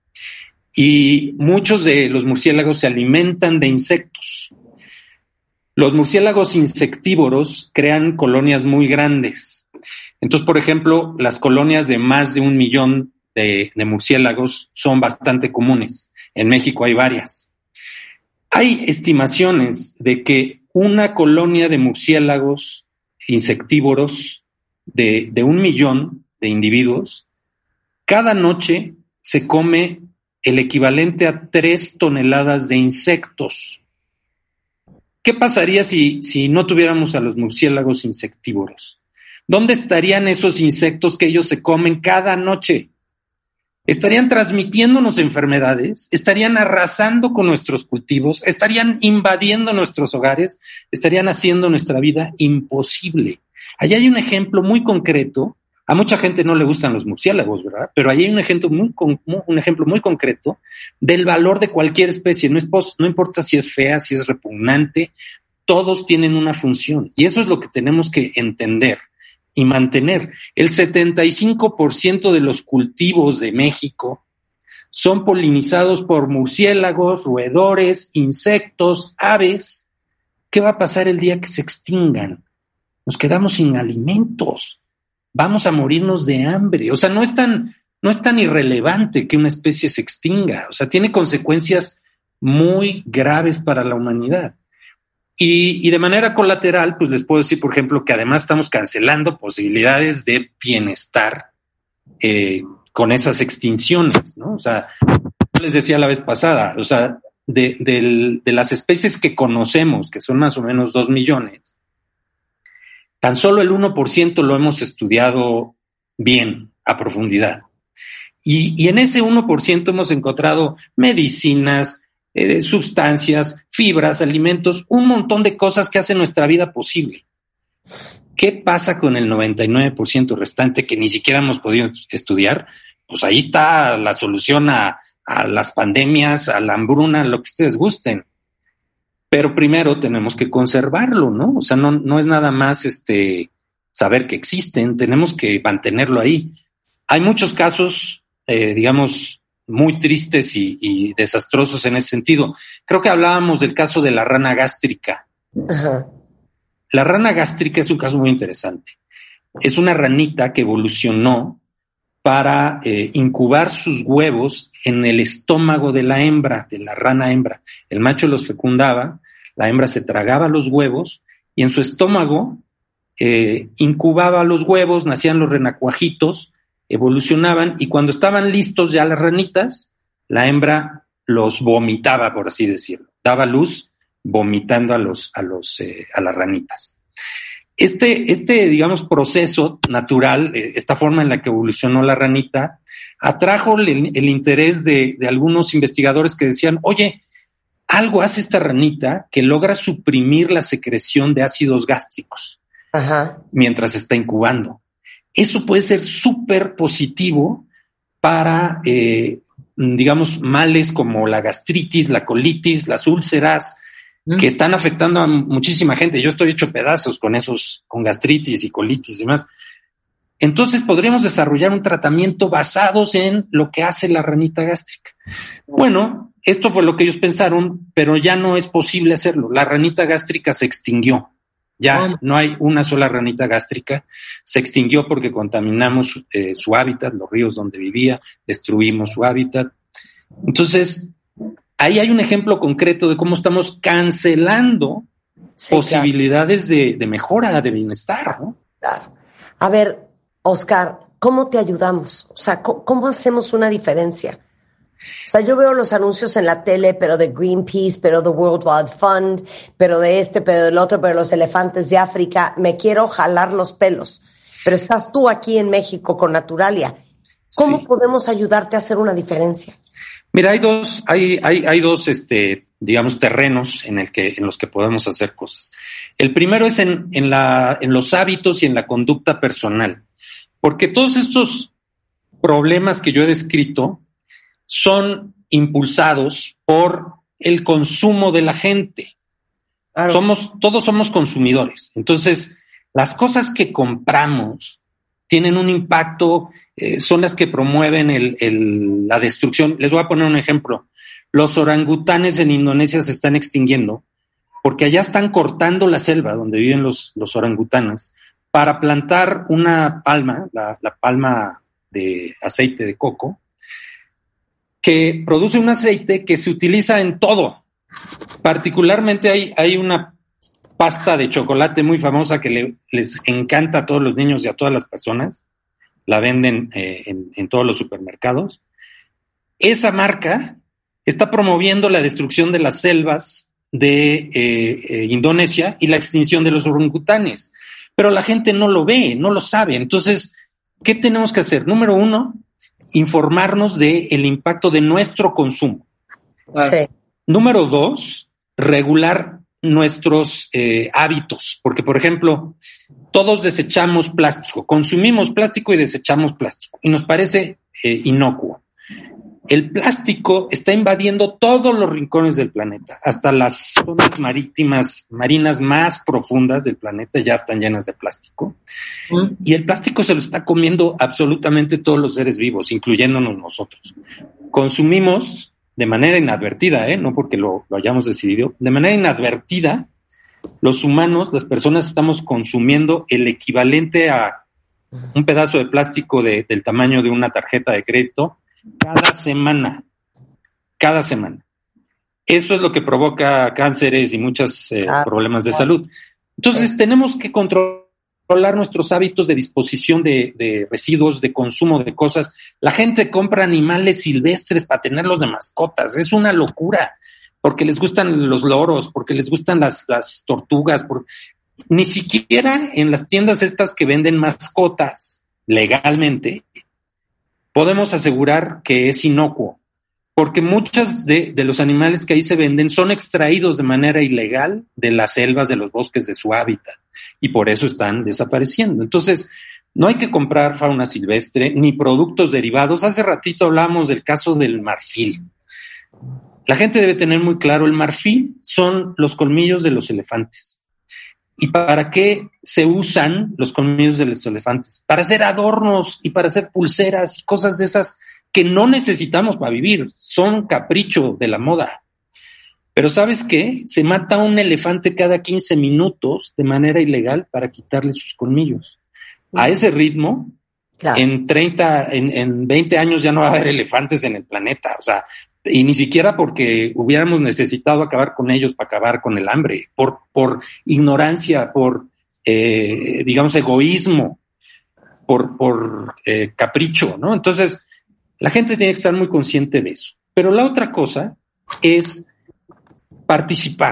Y muchos de los murciélagos se alimentan de insectos. Los murciélagos insectívoros crean colonias muy grandes. Entonces, por ejemplo, las colonias de más de un millón de, de murciélagos son bastante comunes. En México hay varias. Hay estimaciones de que una colonia de murciélagos insectívoros de, de un millón de individuos, cada noche se come el equivalente a tres toneladas de insectos. ¿Qué pasaría si, si no tuviéramos a los murciélagos insectívoros? ¿Dónde estarían esos insectos que ellos se comen cada noche? ¿Estarían transmitiéndonos enfermedades? ¿Estarían arrasando con nuestros cultivos? ¿Estarían invadiendo nuestros hogares? ¿Estarían haciendo nuestra vida imposible? Allá hay un ejemplo muy concreto. A mucha gente no le gustan los murciélagos, ¿verdad? Pero ahí hay un ejemplo muy, un ejemplo muy concreto del valor de cualquier especie. No, es, no importa si es fea, si es repugnante, todos tienen una función. Y eso es lo que tenemos que entender y mantener. El setenta y cinco por ciento de los cultivos de México son polinizados por murciélagos, roedores, insectos, aves. ¿Qué va a pasar el día que se extingan? Nos quedamos sin alimentos. Vamos a morirnos de hambre. O sea, no es tan, no es tan irrelevante que una especie se extinga. O sea, tiene consecuencias muy graves para la humanidad. Y, y de manera colateral, pues les puedo decir, por ejemplo, que además estamos cancelando posibilidades de bienestar eh, con esas extinciones, ¿no? O sea, yo les decía la vez pasada, o sea, de, de, de las especies que conocemos, que son más o menos dos millones, tan solo el uno por ciento lo hemos estudiado bien, a profundidad. Y, y en ese uno por ciento hemos encontrado medicinas, eh, sustancias, fibras, alimentos, un montón de cosas que hacen nuestra vida posible. ¿qué pasa con el noventa y nueve por ciento restante que ni siquiera hemos podido estudiar? Pues ahí está la solución a, a las pandemias, a la hambruna, lo que ustedes gusten. Pero primero tenemos que conservarlo, ¿no? O sea, no, no es nada más este saber que existen, tenemos que mantenerlo ahí. Hay muchos casos, eh, digamos, muy tristes y, y desastrosos en ese sentido. Creo que hablábamos del caso de la rana gástrica. Ajá. La rana gástrica es un caso muy interesante. Es una ranita que evolucionó para eh, incubar sus huevos en el estómago de la hembra, de la rana hembra. El macho los fecundaba, la hembra se tragaba los huevos y en su estómago eh, incubaba los huevos, nacían los renacuajitos, evolucionaban y cuando estaban listos ya las ranitas, la hembra los vomitaba, por así decirlo. Daba luz vomitando a los, a los, eh, a las ranitas. Este, este, digamos, proceso natural, eh, esta forma en la que evolucionó la ranita, atrajo el, el interés de, de algunos investigadores que decían, oye, algo hace esta ranita que logra suprimir la secreción de ácidos gástricos. Ajá. Mientras está incubando. Eso puede ser súper positivo para, eh, digamos, males como la gastritis, la colitis, las úlceras, que están afectando a muchísima gente. Yo estoy hecho pedazos con esos, con gastritis y colitis y demás. Entonces podríamos desarrollar un tratamiento basados en lo que hace la ranita gástrica. Bueno, esto fue lo que ellos pensaron, pero ya no es posible hacerlo. La ranita gástrica se extinguió. Ya no hay una sola ranita gástrica. Se extinguió porque contaminamos eh, su hábitat, los ríos donde vivía, destruimos su hábitat. Entonces, ahí hay un ejemplo concreto de cómo estamos cancelando sí, posibilidades claro. de, de mejora, de bienestar, ¿no? Claro. A ver, Oscar, ¿cómo te ayudamos? O sea, ¿cómo, cómo hacemos una diferencia? O sea, yo veo los anuncios en la tele, pero de Greenpeace, pero de World Wide Fund, pero de este, pero del otro, pero los elefantes de África. Me quiero jalar los pelos. Pero estás tú aquí en México con Naturalia. ¿Cómo sí. podemos ayudarte a hacer una diferencia? Mira, hay dos, hay, hay, hay dos, este, digamos, terrenos en el que, en los que podemos hacer cosas. El primero es en, en la, en los hábitos y en la conducta personal. Porque todos estos problemas que yo he descrito son impulsados por el consumo de la gente. Claro. Somos, todos somos consumidores. Entonces, las cosas que compramos tienen un impacto, eh, son las que promueven el, el, la destrucción. Les voy a poner un ejemplo. Los orangutanes en Indonesia se están extinguiendo porque allá están cortando la selva donde viven los, los orangutanes para plantar una palma, la, la palma de aceite de coco, que produce un aceite que se utiliza en todo. Particularmente hay, hay una pasta de chocolate muy famosa que le, les encanta a todos los niños y a todas las personas. La venden eh, en, en todos los supermercados. Esa marca está promoviendo la destrucción de las selvas de eh, eh, Indonesia y la extinción de los orangutanes. Pero la gente no lo ve, no lo sabe. Entonces, ¿qué tenemos que hacer? Número uno, informarnos del impacto de nuestro consumo. Sí. Número dos, regular nuestros eh, hábitos. Porque, por ejemplo, todos desechamos plástico, consumimos plástico y desechamos plástico. Y nos parece eh, inocuo. El plástico está invadiendo todos los rincones del planeta. Hasta las zonas marítimas, marinas más profundas del planeta ya están llenas de plástico. Mm. Y el plástico se lo está comiendo absolutamente todos los seres vivos, incluyéndonos nosotros. Consumimos de manera inadvertida, ¿eh? No porque lo, lo hayamos decidido, de manera inadvertida, los humanos, las personas, estamos consumiendo el equivalente a un pedazo de plástico de, del tamaño de una tarjeta de crédito cada semana, cada semana. Eso es lo que provoca cánceres y muchos eh, ah, problemas de ah, salud. Entonces, sí. tenemos que controlar nuestros hábitos de disposición de, de residuos, de consumo de cosas. La gente compra animales silvestres para tenerlos de mascotas. Es una locura, porque les gustan los loros, porque les gustan las, las tortugas. Por... Ni siquiera en las tiendas estas que venden mascotas legalmente podemos asegurar que es inocuo, porque muchos de, de los animales que ahí se venden son extraídos de manera ilegal de las selvas, de los bosques, de su hábitat. y por eso están desapareciendo. Entonces, no hay que comprar fauna silvestre ni productos derivados. Hace ratito hablamos del caso del marfil. La gente debe tener muy claro, el marfil son los colmillos de los elefantes. ¿Y para qué se usan los colmillos de los elefantes? Para hacer adornos y para hacer pulseras y cosas de esas que no necesitamos para vivir. Son capricho de la moda. Pero ¿sabes qué? Se mata un elefante cada quince minutos de manera ilegal para quitarle sus colmillos. A ese ritmo, claro, en treinta, en, en veinte años ya no va a haber elefantes en el planeta. O sea, y ni siquiera porque hubiéramos necesitado acabar con ellos para acabar con el hambre, por, por ignorancia, por, eh, digamos, egoísmo, por, por eh, capricho, ¿no? Entonces, la gente tiene que estar muy consciente de eso. Pero la otra cosa es participar.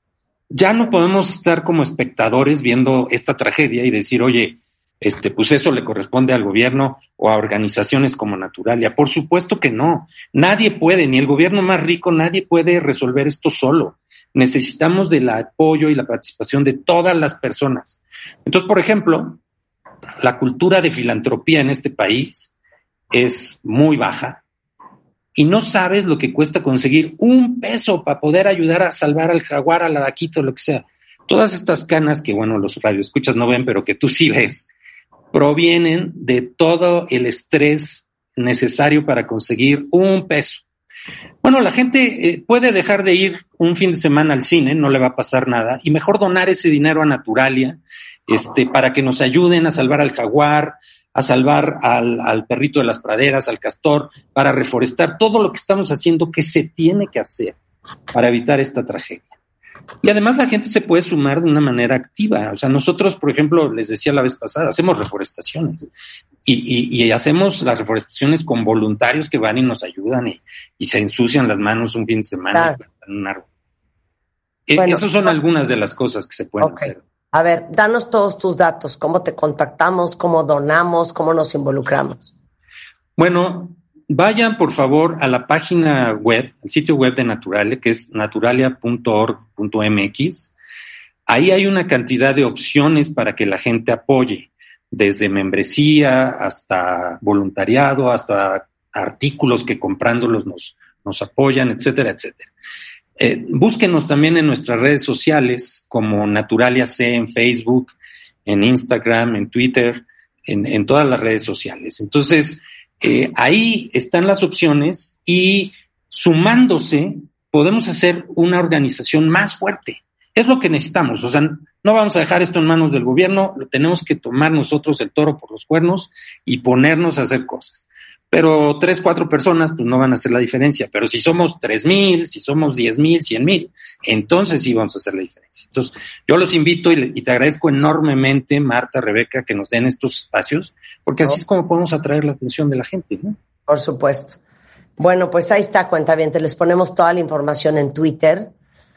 Ya no podemos estar como espectadores viendo esta tragedia y decir, oye, este, pues eso le corresponde al gobierno o a organizaciones como Naturalia. Por supuesto que no. Nadie puede, ni el gobierno más rico, nadie puede resolver esto solo. Necesitamos del apoyo y la participación de todas las personas. Entonces, por ejemplo, la cultura de filantropía en este país es muy baja y no sabes lo que cuesta conseguir un peso para poder ayudar a salvar al jaguar, a la vaquita, lo que sea. Todas estas canas que, bueno, los radioescuchas no ven, pero que tú sí ves, provienen de todo el estrés necesario para conseguir un peso. Bueno, la gente eh, puede dejar de ir un fin de semana al cine, no le va a pasar nada, y mejor donar ese dinero a Naturalia, este, para que nos ayuden a salvar al jaguar, a salvar al, al perrito de las praderas, al castor, para reforestar todo lo que estamos haciendo que se tiene que hacer para evitar esta tragedia. Y además la gente se puede sumar de una manera activa. O sea, nosotros, por ejemplo, les decía la vez pasada, hacemos reforestaciones y, y, y hacemos las reforestaciones con voluntarios que van y nos ayudan y, y se ensucian las manos un fin de semana claro. y plantan un árbol. Bueno, esas son algunas de las cosas que se pueden okay. hacer. A ver, danos todos tus datos, cómo te contactamos, cómo donamos, cómo nos involucramos. Bueno, vayan por favor a la página web, el sitio web de Naturalia, que es naturalia punto org punto m x. Ahí hay una cantidad de opciones para que la gente apoye, desde membresía hasta voluntariado, hasta artículos que comprándolos nos, nos apoyan, etcétera, etcétera. Eh, búsquenos también en nuestras redes sociales como Naturalia C en Facebook, en Instagram, en Twitter, en, en todas las redes sociales. Entonces, eh, ahí están las opciones y sumándose podemos hacer una organización más fuerte. Es lo que necesitamos. O sea, no vamos a dejar esto en manos del gobierno, lo tenemos que tomar nosotros el toro por los cuernos y ponernos a hacer cosas. Pero tres, cuatro personas pues no van a hacer la diferencia. Pero si somos tres mil, si somos diez mil, cien mil, entonces sí vamos a hacer la diferencia. Entonces, yo los invito y, y te agradezco enormemente, Marta, Rebeca, que nos den estos espacios, porque así oh. es como podemos atraer la atención de la gente, ¿no? Por supuesto. Bueno, pues ahí está, cuentavientes. Les ponemos toda la información en Twitter.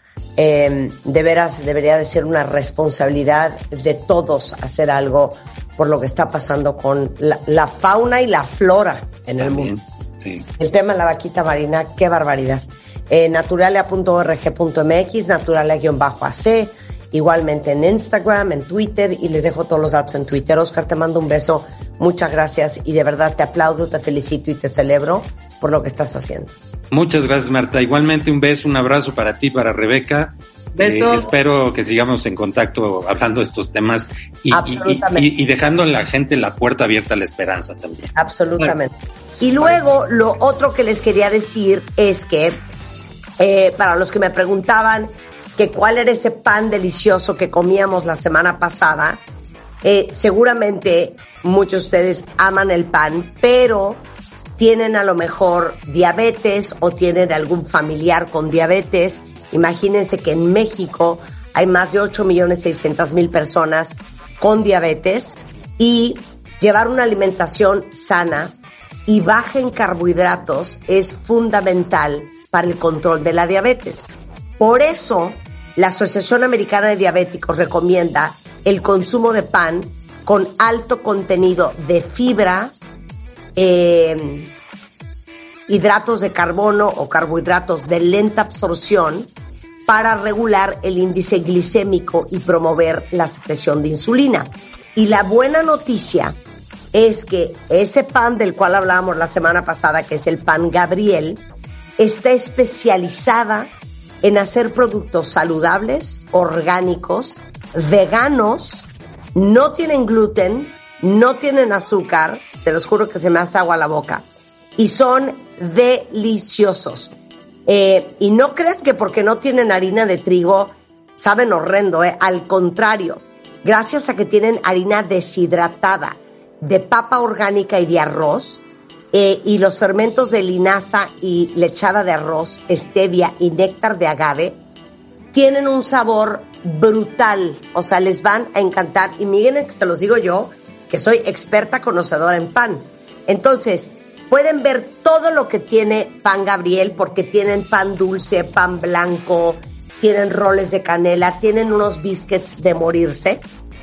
Eh, de veras, debería de ser una responsabilidad de todos hacer algo por lo que está pasando con la, la fauna y la flora en También, el mundo. Sí. El tema de la vaquita marina, qué barbaridad. Eh, naturalia punto org punto m x, naturalia-ac, igualmente en Instagram, en Twitter, y les dejo todos los datos en Twitter. Oscar, te mando un beso, muchas gracias, y de verdad te aplaudo, te felicito y te celebro por lo que estás haciendo. Muchas gracias, Marta. Igualmente un beso, un abrazo para ti, para Rebeca. Eh, espero que sigamos en contacto hablando de estos temas y, y, y, y dejando a la gente la puerta abierta a la esperanza también. Absolutamente. Y luego, lo otro que les quería decir es que, eh, para los que me preguntaban que cuál era ese pan delicioso que comíamos la semana pasada, eh, seguramente muchos de ustedes aman el pan, pero tienen a lo mejor diabetes o tienen algún familiar con diabetes. Imagínense que en México hay más de ocho millones seiscientas mil personas con diabetes y llevar una alimentación sana y baja en carbohidratos es fundamental para el control de la diabetes. Por eso, la Asociación Americana de Diabéticos recomienda el consumo de pan con alto contenido de fibra, eh, hidratos de carbono o carbohidratos de lenta absorción, para regular el índice glicémico y promover la secreción de insulina. Y la buena noticia es que ese pan del cual hablábamos la semana pasada, que es el pan Gabriel, está especializada en hacer productos saludables, orgánicos, veganos, no tienen gluten, no tienen azúcar, se los juro que se me hace agua a la boca, y son deliciosos. Eh, y no crean que porque no tienen harina de trigo saben horrendo, eh. Al contrario, gracias a que tienen harina deshidratada, de papa orgánica y de arroz, eh, y los fermentos de linaza y lechada de arroz, stevia y néctar de agave, tienen un sabor brutal. O sea, les van a encantar. Y miren que se los digo yo, que soy experta conocedora en pan. Entonces, pueden ver todo lo que tiene Pan Gabriel, porque tienen pan dulce, pan blanco, tienen roles de canela, tienen unos biscuits de morirse.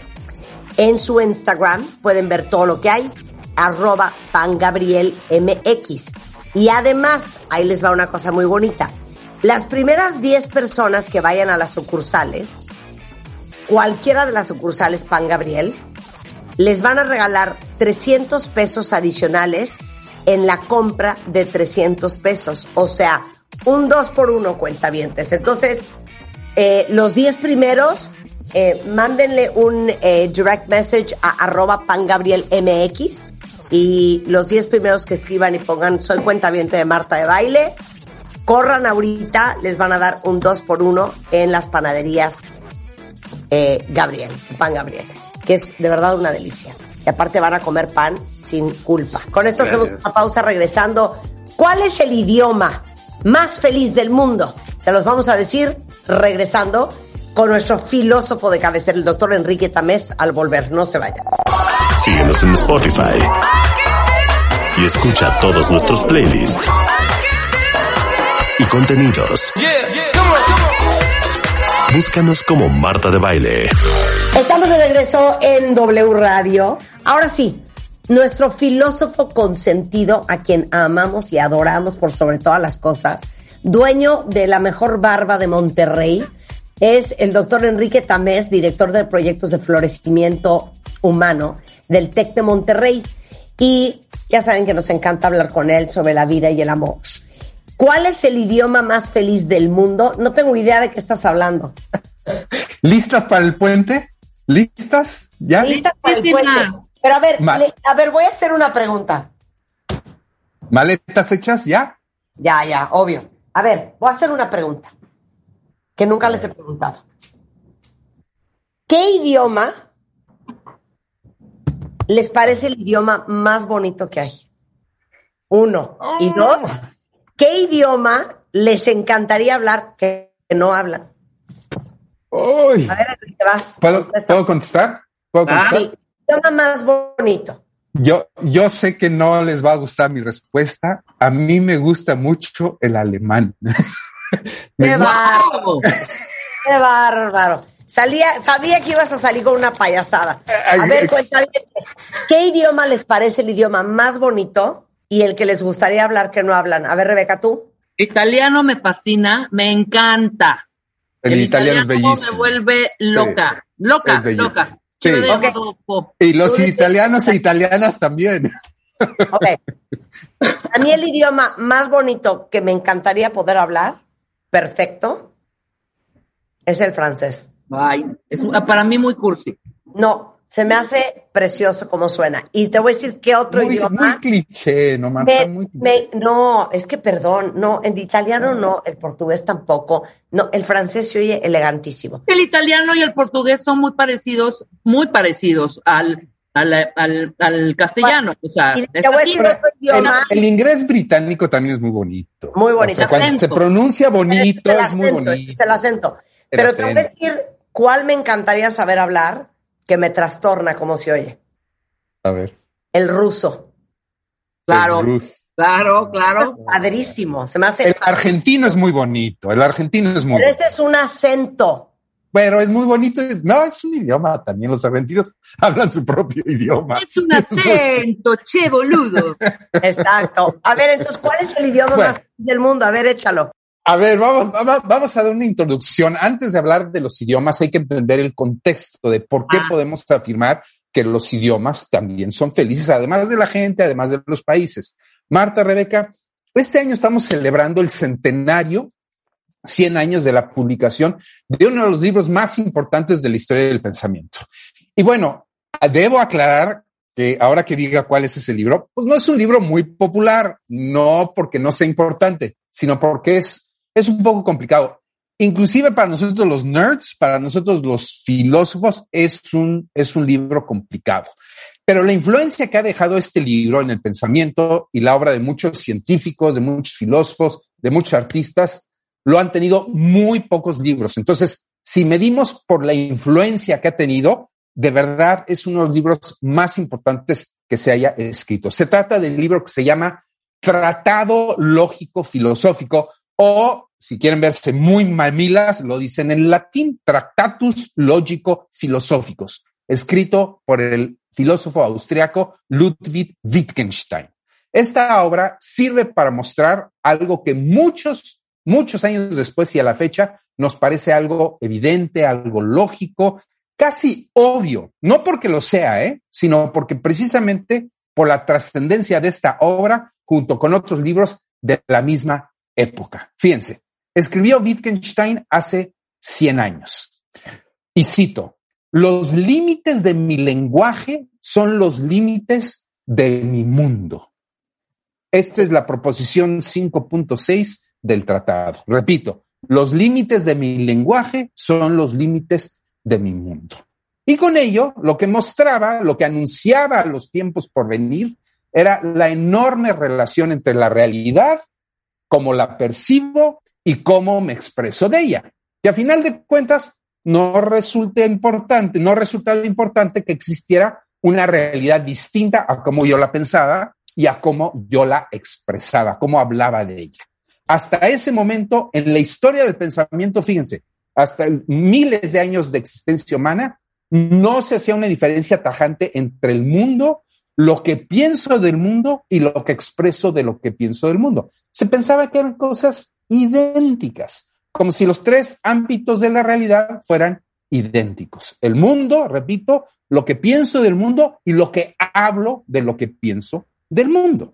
En su Instagram pueden ver todo lo que hay, arroba Pan Gabriel M X. Y además, ahí les va una cosa muy bonita. Las primeras diez personas que vayan a las sucursales, cualquiera de las sucursales Pan Gabriel, les van a regalar trescientos pesos adicionales en la compra de trescientos pesos. O sea, un dos por uno, cuentavientes. Entonces, eh, los diez primeros, eh, mándenle un eh, direct message a arroba pangabrielmx, y los diez primeros que escriban y pongan soy cuentaviente de Marta de Baile, corran ahorita, les van a dar un dos por uno en las panaderías eh, Gabriel, Pan Gabriel, que es de verdad una delicia. Y aparte van a comer pan sin culpa. Con esto Gracias. Hacemos una pausa regresando. ¿Cuál es el idioma más feliz del mundo? Se los vamos a decir regresando con nuestro filósofo de cabecera, el doctor Enrique Tamés, al volver. No se vayan. Síguenos en Spotify y escucha todos nuestros playlists y contenidos. Yeah, yeah. Come on, come on. Búscanos como Marta de Baile. Estamos de regreso en W Radio. Ahora sí, nuestro filósofo consentido, a quien amamos y adoramos por sobre todas las cosas, dueño de la mejor barba de Monterrey, es el doctor Enrique Tamés, director de proyectos de florecimiento humano del TEC de Monterrey. Y ya saben que nos encanta hablar con él sobre la vida y el amor. ¿Cuál es el idioma más feliz del mundo? No tengo idea de qué estás hablando. ¿Listas para el puente? ¿Listas? ¿Ya? Listas para el puente. Pero a ver, Ma- le, a ver, voy a hacer una pregunta. ¿Maletas hechas? ¿Ya? Ya, ya, obvio. A ver, voy a hacer una pregunta que nunca les he preguntado. ¿Qué idioma les parece el idioma más bonito que hay? Uno. Oh. Y dos, ¿qué idioma les encantaría hablar que no hablan? Uy. A ver, ¿a qué vas? ¿Puedo, ¿puedo contestar? ¿Puedo contestar? Ah, sí. Idioma más bonito. Yo, yo sé que no les va a gustar mi respuesta. A mí me gusta mucho el alemán. ¡Qué bárbaro! ¡Qué bárbaro! Salía, sabía que ibas a salir con una payasada. A ver, cuéntame, ¿qué idioma les parece el idioma más bonito y el que les gustaría hablar que no hablan? A ver, Rebeca, ¿tú? Italiano me fascina, me encanta. El, el italiano, italiano es bellísimo. Me vuelve loca, sí. loca, loca. Sí. Okay. Y los italianos e italianas también. Ok. A mí el idioma más bonito que me encantaría poder hablar, perfecto, es el francés. Ay, es para mí muy cursi. No, se me hace precioso como suena. Y te voy a decir qué otro muy, idioma. Muy cliché, no, Marta, me, muy cliché. Me, no, es que perdón, no, en italiano no, el portugués tampoco. No, el francés se oye elegantísimo. El italiano y el portugués son muy parecidos, muy parecidos al, al, al, al castellano. Bueno, o sea, te voy a decir otro idioma. El, el inglés británico también es muy bonito. Muy bonito. O sea, cuando se pronuncia bonito, es, es muy bonito. Es el acento. El Pero acento. Te voy a decir cuál me encantaría saber hablar, que me trastorna como se oye. A ver. El ruso. Claro, el ruso. claro, claro. Padrísimo. Se me hace. El argentino es muy bonito. El argentino es muy. Pero bonito. ese es un acento. Pero es muy bonito. No, es un idioma también. Los argentinos hablan su propio idioma. Es un acento, che, boludo. Exacto. A ver, entonces, ¿cuál es el idioma bueno. más del mundo? A ver, échalo. A ver, vamos, vamos, vamos a dar una introducción. Antes de hablar de los idiomas, hay que entender el contexto de por qué ah. podemos afirmar que los idiomas también son felices, además de la gente, además de los países. Marta, Rebeca, este año estamos celebrando el centenario, cien años de la publicación de uno de los libros más importantes de la historia del pensamiento. Y bueno, debo aclarar que ahora que diga cuál es ese libro, pues no es un libro muy popular, no porque no sea importante, sino porque es, es un poco complicado. Inclusive para nosotros los nerds, para nosotros los filósofos, es un, es un libro complicado. Pero la influencia que ha dejado este libro en el pensamiento y la obra de muchos científicos, de muchos filósofos, de muchos artistas, lo han tenido muy pocos libros. Entonces, si medimos por la influencia que ha tenido, de verdad es uno de los libros más importantes que se haya escrito. Se trata del libro que se llama Tratado Lógico Filosófico, o si quieren verse muy mamilas, lo dicen en latín, Tractatus Logico Philosophicus, escrito por el filósofo austriaco Ludwig Wittgenstein. Esta obra sirve para mostrar algo que muchos, muchos años después y a la fecha nos parece algo evidente, algo lógico, casi obvio, no porque lo sea, ¿eh? sino porque precisamente por la trascendencia de esta obra junto con otros libros de la misma época. Fíjense, escribió Wittgenstein hace cien años. Y cito, los límites de mi lenguaje son los límites de mi mundo. Esta es la proposición cinco punto seis del tratado. Repito, los límites de mi lenguaje son los límites de mi mundo. Y con ello, lo que mostraba, lo que anunciaba los tiempos por venir, era la enorme relación entre la realidad, cómo la percibo y cómo me expreso de ella. Que a final de cuentas no resulta importante, no resultaba importante que existiera una realidad distinta a cómo yo la pensaba y a cómo yo la expresaba, cómo hablaba de ella. Hasta ese momento, en la historia del pensamiento, fíjense, hasta miles de años de existencia humana, no se hacía una diferencia tajante entre el mundo, lo que pienso del mundo y lo que expreso de lo que pienso del mundo. Se pensaba que eran cosas idénticas, como si los tres ámbitos de la realidad fueran idénticos. El mundo, repito, lo que pienso del mundo y lo que hablo de lo que pienso del mundo.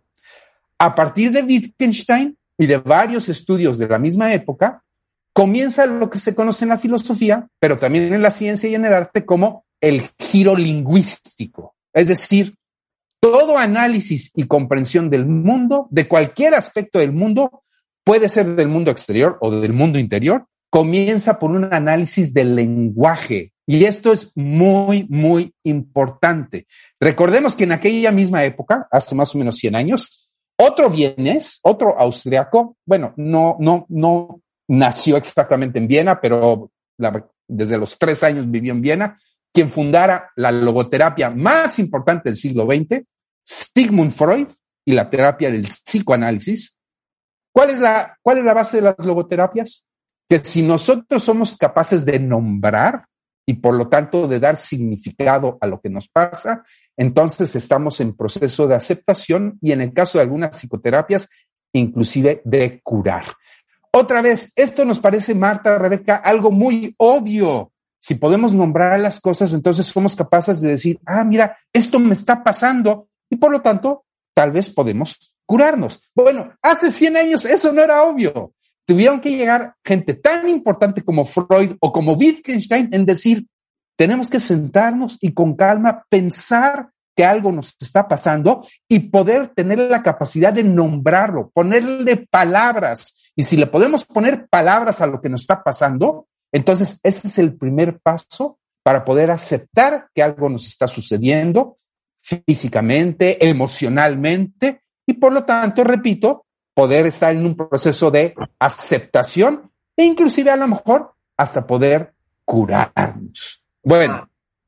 A partir de Wittgenstein y de varios estudios de la misma época, comienza lo que se conoce en la filosofía, pero también en la ciencia y en el arte, como el giro lingüístico. Es decir, todo análisis y comprensión del mundo, de cualquier aspecto del mundo, puede ser del mundo exterior o del mundo interior, comienza por un análisis del lenguaje. Y esto es muy, muy importante. Recordemos que en aquella misma época, hace más o menos cien años, otro vienés, otro austriaco, bueno, no, no, no nació exactamente en Viena, pero la, desde los tres años vivió en Viena, quien fundara la logoterapia más importante del siglo veinte, Sigmund Freud, y la terapia del psicoanálisis. ¿Cuál es la, cuál es la base de las logoterapias? Que si nosotros somos capaces de nombrar y por lo tanto de dar significado a lo que nos pasa, entonces estamos en proceso de aceptación y en el caso de algunas psicoterapias, inclusive de curar. Otra vez, esto nos parece, Marta, Rebeca, algo muy obvio. Si podemos nombrar las cosas, entonces somos capaces de decir, ah, mira, esto me está pasando y por lo tanto, tal vez podemos curarnos. Bueno, hace cien años eso no era obvio. Tuvieron que llegar gente tan importante como Freud o como Wittgenstein en decir, tenemos que sentarnos y con calma pensar que algo nos está pasando y poder tener la capacidad de nombrarlo, ponerle palabras. Y si le podemos poner palabras a lo que nos está pasando, entonces ese es el primer paso para poder aceptar que algo nos está sucediendo físicamente, emocionalmente y por lo tanto, repito, poder estar en un proceso de aceptación e inclusive a lo mejor hasta poder curarnos. Bueno,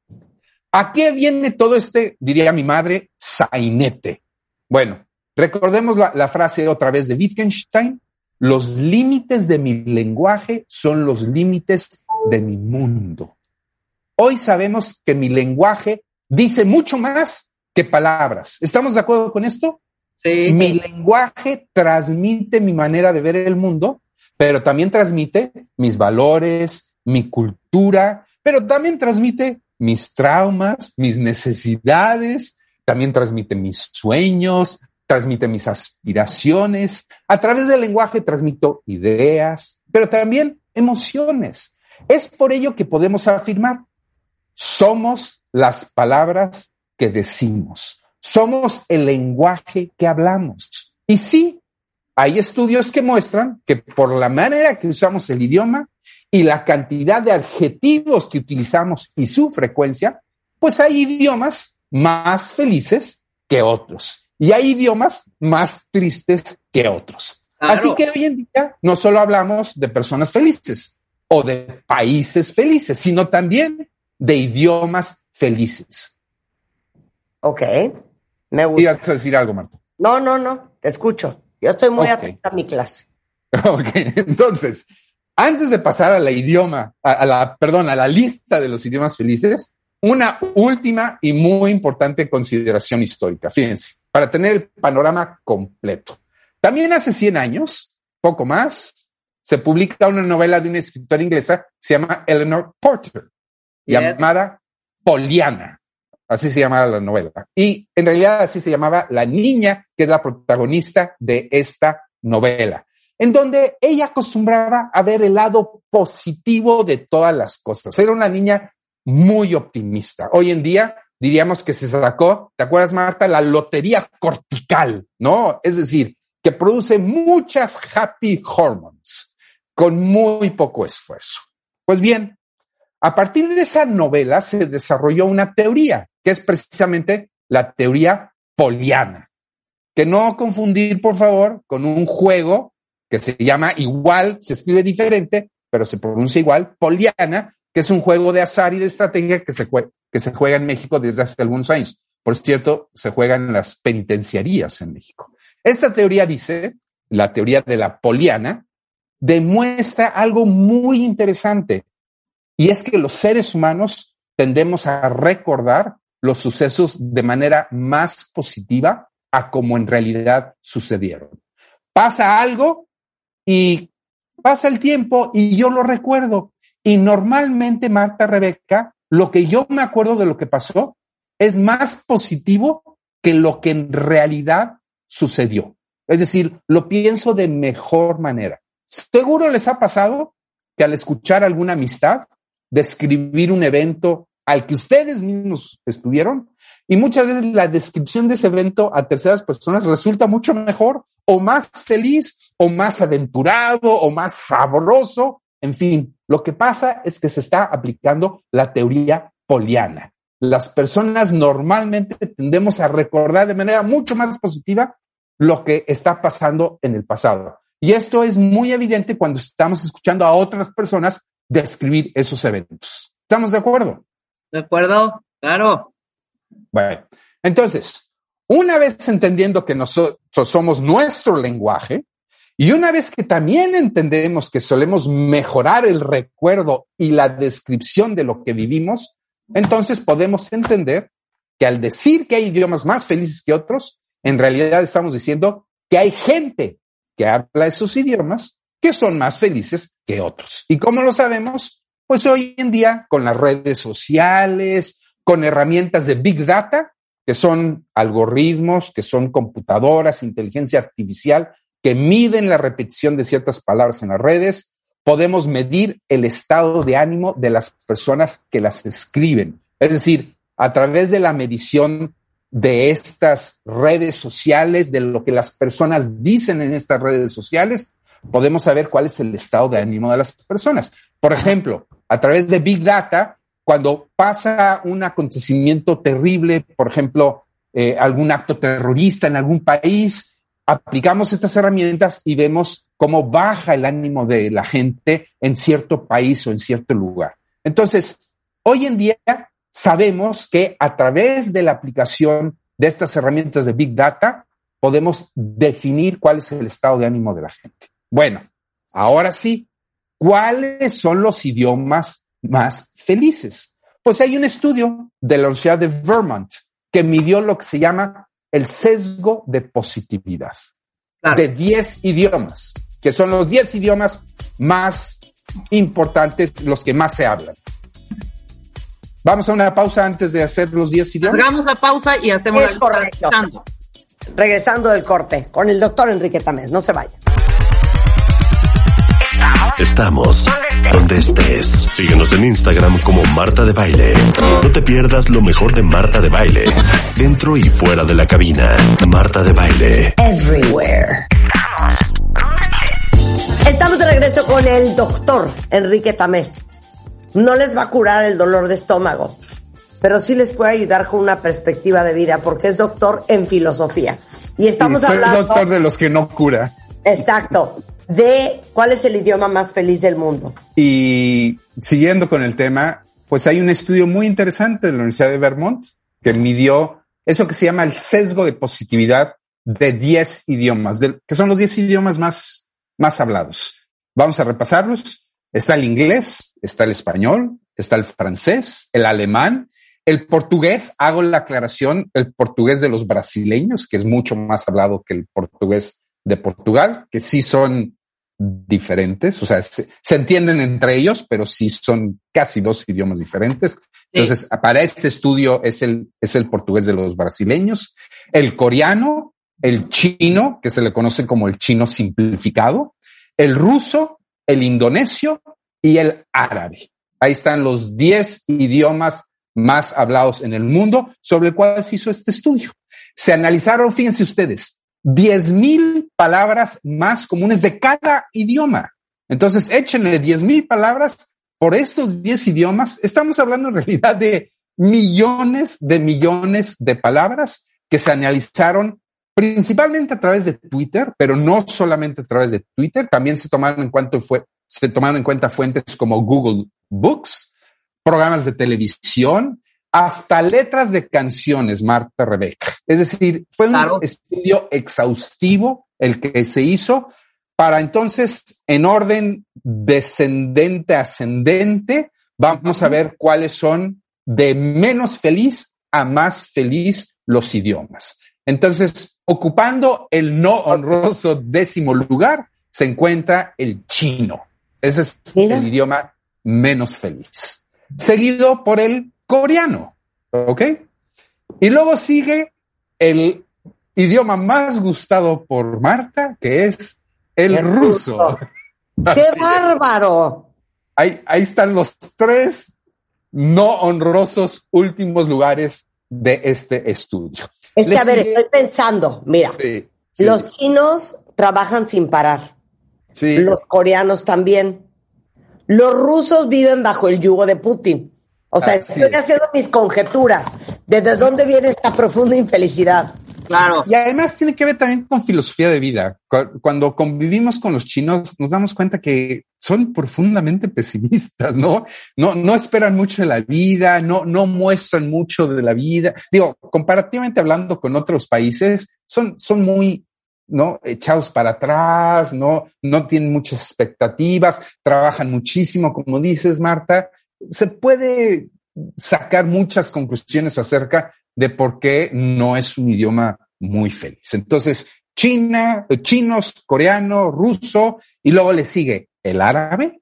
¿a qué viene todo este, diría mi madre, sainete? Bueno, recordemos la, la frase otra vez de Wittgenstein, los límites de mi lenguaje son los límites de mi mundo. Hoy sabemos que mi lenguaje dice mucho más que palabras. ¿Estamos de acuerdo con esto? Sí. Mi lenguaje transmite mi manera de ver el mundo, pero también transmite mis valores, mi cultura, pero también transmite mis traumas, mis necesidades, también transmite mis sueños, transmite mis aspiraciones. A través del lenguaje transmito ideas, pero también emociones. Es por ello que podemos afirmar, somos las palabras que decimos, somos el lenguaje que hablamos. Y sí, hay estudios que muestran que por la manera que usamos el idioma y la cantidad de adjetivos que utilizamos y su frecuencia, pues hay idiomas más felices que otros y hay idiomas más tristes que otros. Claro. Así que hoy en día no solo hablamos de personas felices o de países felices, sino también de idiomas felices. Ok, me gusta. ¿Ibas a decir algo, Marta? No, no, no, te escucho. Yo estoy muy okay. atenta a mi clase. Ok, entonces, antes de pasar a la idioma, a, a la, perdón, a la lista de los idiomas felices, una última y muy importante consideración histórica. Fíjense, para tener el panorama completo. También hace cien años, poco más, se publica una novela de una escritora inglesa que se llama Eleanor Porter, yeah. llamada Pollyanna. Así se llamaba la novela. Y en realidad así se llamaba la niña que es la protagonista de esta novela, en donde ella acostumbraba a ver el lado positivo de todas las cosas. Era una niña muy optimista. Hoy en día diríamos que se sacó, ¿te acuerdas, Marta? La lotería cortical, ¿no? Es decir, que produce muchas happy hormones con muy poco esfuerzo. Pues bien, a partir de esa novela se desarrolló una teoría, que es precisamente la teoría Pollyanna. Que no confundir, por favor, con un juego que se llama igual, se escribe diferente, pero se pronuncia igual, Pollyanna, que es un juego de azar y de estrategia que se, jue- que se juega en México desde hace algunos años. Por cierto, se juega en las penitenciarías en México. Esta teoría dice, la teoría de la Pollyanna, demuestra algo muy interesante, y es que los seres humanos tendemos a recordar los sucesos de manera más positiva a como en realidad sucedieron. Pasa algo y pasa el tiempo y yo lo recuerdo. Y normalmente, Marta, Rebeca, lo que yo me acuerdo de lo que pasó es más positivo que lo que en realidad sucedió. Es decir, lo pienso de mejor manera. Seguro les ha pasado que al escuchar alguna amistad, describir un evento al que ustedes mismos estuvieron, y muchas veces la descripción de ese evento a terceras personas resulta mucho mejor o más feliz o más aventurado o más sabroso. En fin, lo que pasa es que se está aplicando la teoría Pollyanna. Las personas normalmente tendemos a recordar de manera mucho más positiva lo que está pasando en el pasado. Y esto es muy evidente cuando estamos escuchando a otras personas describir esos eventos. ¿Estamos de acuerdo? De acuerdo, claro. Bueno, entonces, una vez entendiendo que nosotros somos nuestro lenguaje, y una vez que también entendemos que solemos mejorar el recuerdo y la descripción de lo que vivimos, entonces podemos entender que al decir que hay idiomas más felices que otros, en realidad estamos diciendo que hay gente que habla esos idiomas que son más felices que otros. ¿Y cómo lo sabemos? Pues hoy en día con las redes sociales, con herramientas de Big Data, que son algoritmos, que son computadoras, inteligencia artificial, que miden la repetición de ciertas palabras en las redes, podemos medir el estado de ánimo de las personas que las escriben. Es decir, a través de la medición de estas redes sociales, de lo que las personas dicen en estas redes sociales, podemos saber cuál es el estado de ánimo de las personas. Por ejemplo, a través de Big Data, cuando pasa un acontecimiento terrible, por ejemplo, eh, algún acto terrorista en algún país, aplicamos estas herramientas y vemos cómo baja el ánimo de la gente en cierto país o en cierto lugar. Entonces, hoy en día sabemos que a través de la aplicación de estas herramientas de Big Data podemos definir cuál es el estado de ánimo de la gente. Bueno, ahora sí, ¿cuáles son los idiomas más felices? Pues hay un estudio de la Universidad de Vermont que midió lo que se llama el sesgo de positividad, claro, de diez idiomas. que son los diez idiomas más importantes, los que más se hablan. Vamos a una pausa antes de hacer los diez idiomas. Hagamos la pausa y hacemos Es la lista. correcto. Regresando. Regresando del corte con el doctor Enrique Tamés. No se vaya. Estamos donde estés. Síguenos en Instagram como Marta de Baile. No te pierdas lo mejor de Marta de Baile, dentro y fuera de la cabina. Marta de Baile. Everywhere. Estamos de regreso con el doctor Enrique Tamés. No les va a curar el dolor de estómago, pero sí les puede ayudar con una perspectiva de vida, porque es doctor en filosofía. Y estamos Sí, soy hablando... doctor de los que no cura. Exacto. De cuál es el idioma más feliz del mundo. Y siguiendo con el tema, pues hay un estudio muy interesante de la Universidad de Vermont que midió eso que se llama el sesgo de positividad de diez idiomas, de, que son los diez idiomas más, más hablados. Vamos a repasarlos. Está el inglés, está el español, está el francés, el alemán, el portugués. Hago la aclaración, el portugués de los brasileños, que es mucho más hablado que el portugués de Portugal, que sí son diferentes, o sea, se, se entienden entre ellos, pero sí son casi dos idiomas diferentes. Entonces, sí. Para este estudio es el, es el portugués de los brasileños, el coreano, el chino, que se le conoce como el chino simplificado, el ruso, el indonesio y el árabe. Ahí están los diez idiomas más hablados en el mundo sobre el cual se hizo este estudio. Se analizaron, fíjense ustedes, diez mil palabras más comunes de cada idioma. Entonces, échenle diez mil palabras por estos diez idiomas. Estamos hablando en realidad de millones de millones de palabras que se analizaron principalmente a través de Twitter, pero no solamente a través de Twitter. También se tomaron en cuenta, fue, se tomaron en cuenta fuentes como Google Books, programas de televisión, hasta letras de canciones, Marta, Rebeca. Es decir, fue claro. Un estudio exhaustivo el que se hizo para entonces, en orden descendente ascendente, vamos a ver cuáles son de menos feliz a más feliz los idiomas. Entonces, ocupando el no honroso décimo lugar, se encuentra el chino. Ese es Mira. el idioma menos feliz. Seguido por el coreano, ¿ok? Y luego sigue el idioma más gustado por Marta, que es el, el ruso. ruso. ¡Qué Así bárbaro! Ahí, ahí están los tres no honrosos últimos lugares de este estudio. Es que, Les a ver, sigue... estoy pensando, mira, sí, sí. Los chinos trabajan sin parar. Sí. Los coreanos también. Los rusos viven bajo el yugo de Putin. O sea, Así estoy es. haciendo mis conjeturas. ¿Desde dónde viene esta profunda infelicidad? Claro. Y además tiene que ver también con filosofía de vida. Cuando convivimos con los chinos, nos damos cuenta que son profundamente pesimistas, ¿no? No, no esperan mucho de la vida, no, no muestran mucho de la vida. Digo, comparativamente hablando con otros países, son, son muy, ¿no? Echados para atrás, no, no tienen muchas expectativas, trabajan muchísimo, como dices, Marta. Se puede sacar muchas conclusiones acerca de por qué no es un idioma muy feliz. Entonces, China, chinos, coreano, ruso, y luego le sigue el árabe.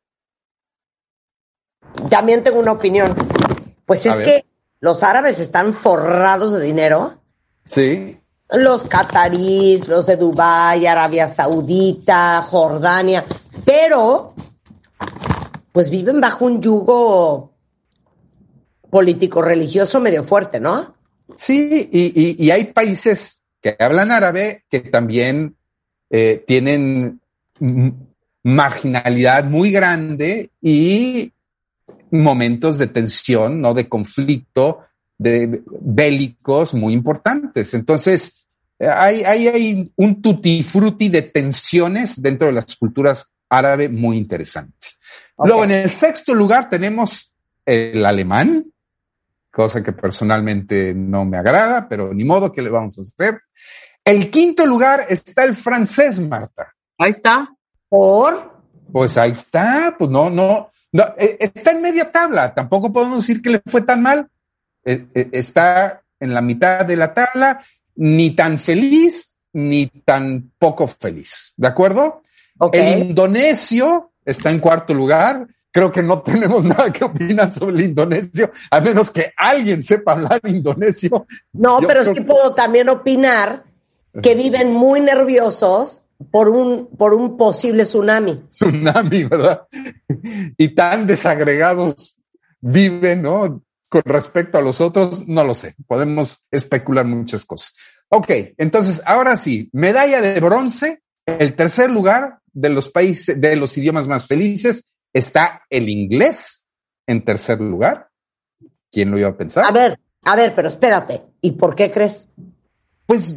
También tengo una opinión. Pues es que los árabes están forrados de dinero. Sí. Los cataríes, los de Dubái, Arabia Saudita, Jordania, pero pues viven bajo un yugo político-religioso medio fuerte, ¿no? Sí, y, y, y hay países que hablan árabe que también eh, tienen marginalidad muy grande y momentos de tensión, ¿no? De conflicto, de, de bélicos muy importantes. Entonces, hay, hay, hay un tutti frutti de tensiones dentro de las culturas árabe muy interesante. Okay. Luego, en el sexto lugar tenemos el alemán, cosa que personalmente no me agrada, pero ni modo, ¿qué le vamos a hacer? El quinto lugar está el francés, Marta. Ahí está. ¿Por? Pues ahí está, pues no, no, no, está en media tabla, tampoco podemos decir que le fue tan mal, está en la mitad de la tabla, ni tan feliz, ni tan poco feliz, ¿de acuerdo? Okay. El indonesio está en cuarto lugar. Creo que no tenemos nada que opinar sobre el indonesio, a menos que alguien sepa hablar indonesio. No, Yo pero creo sí que... puedo también opinar que viven muy nerviosos por un, por un posible tsunami. Tsunami, ¿verdad? Y tan desagregados viven, ¿no? Con respecto a los otros, no lo sé. Podemos especular muchas cosas. Ok, entonces, ahora sí, medalla de bronce, el tercer lugar de los países, de los idiomas más felices, está el inglés en tercer lugar. ¿Quién lo iba a pensar? A ver, a ver, pero espérate. ¿Y por qué crees? Pues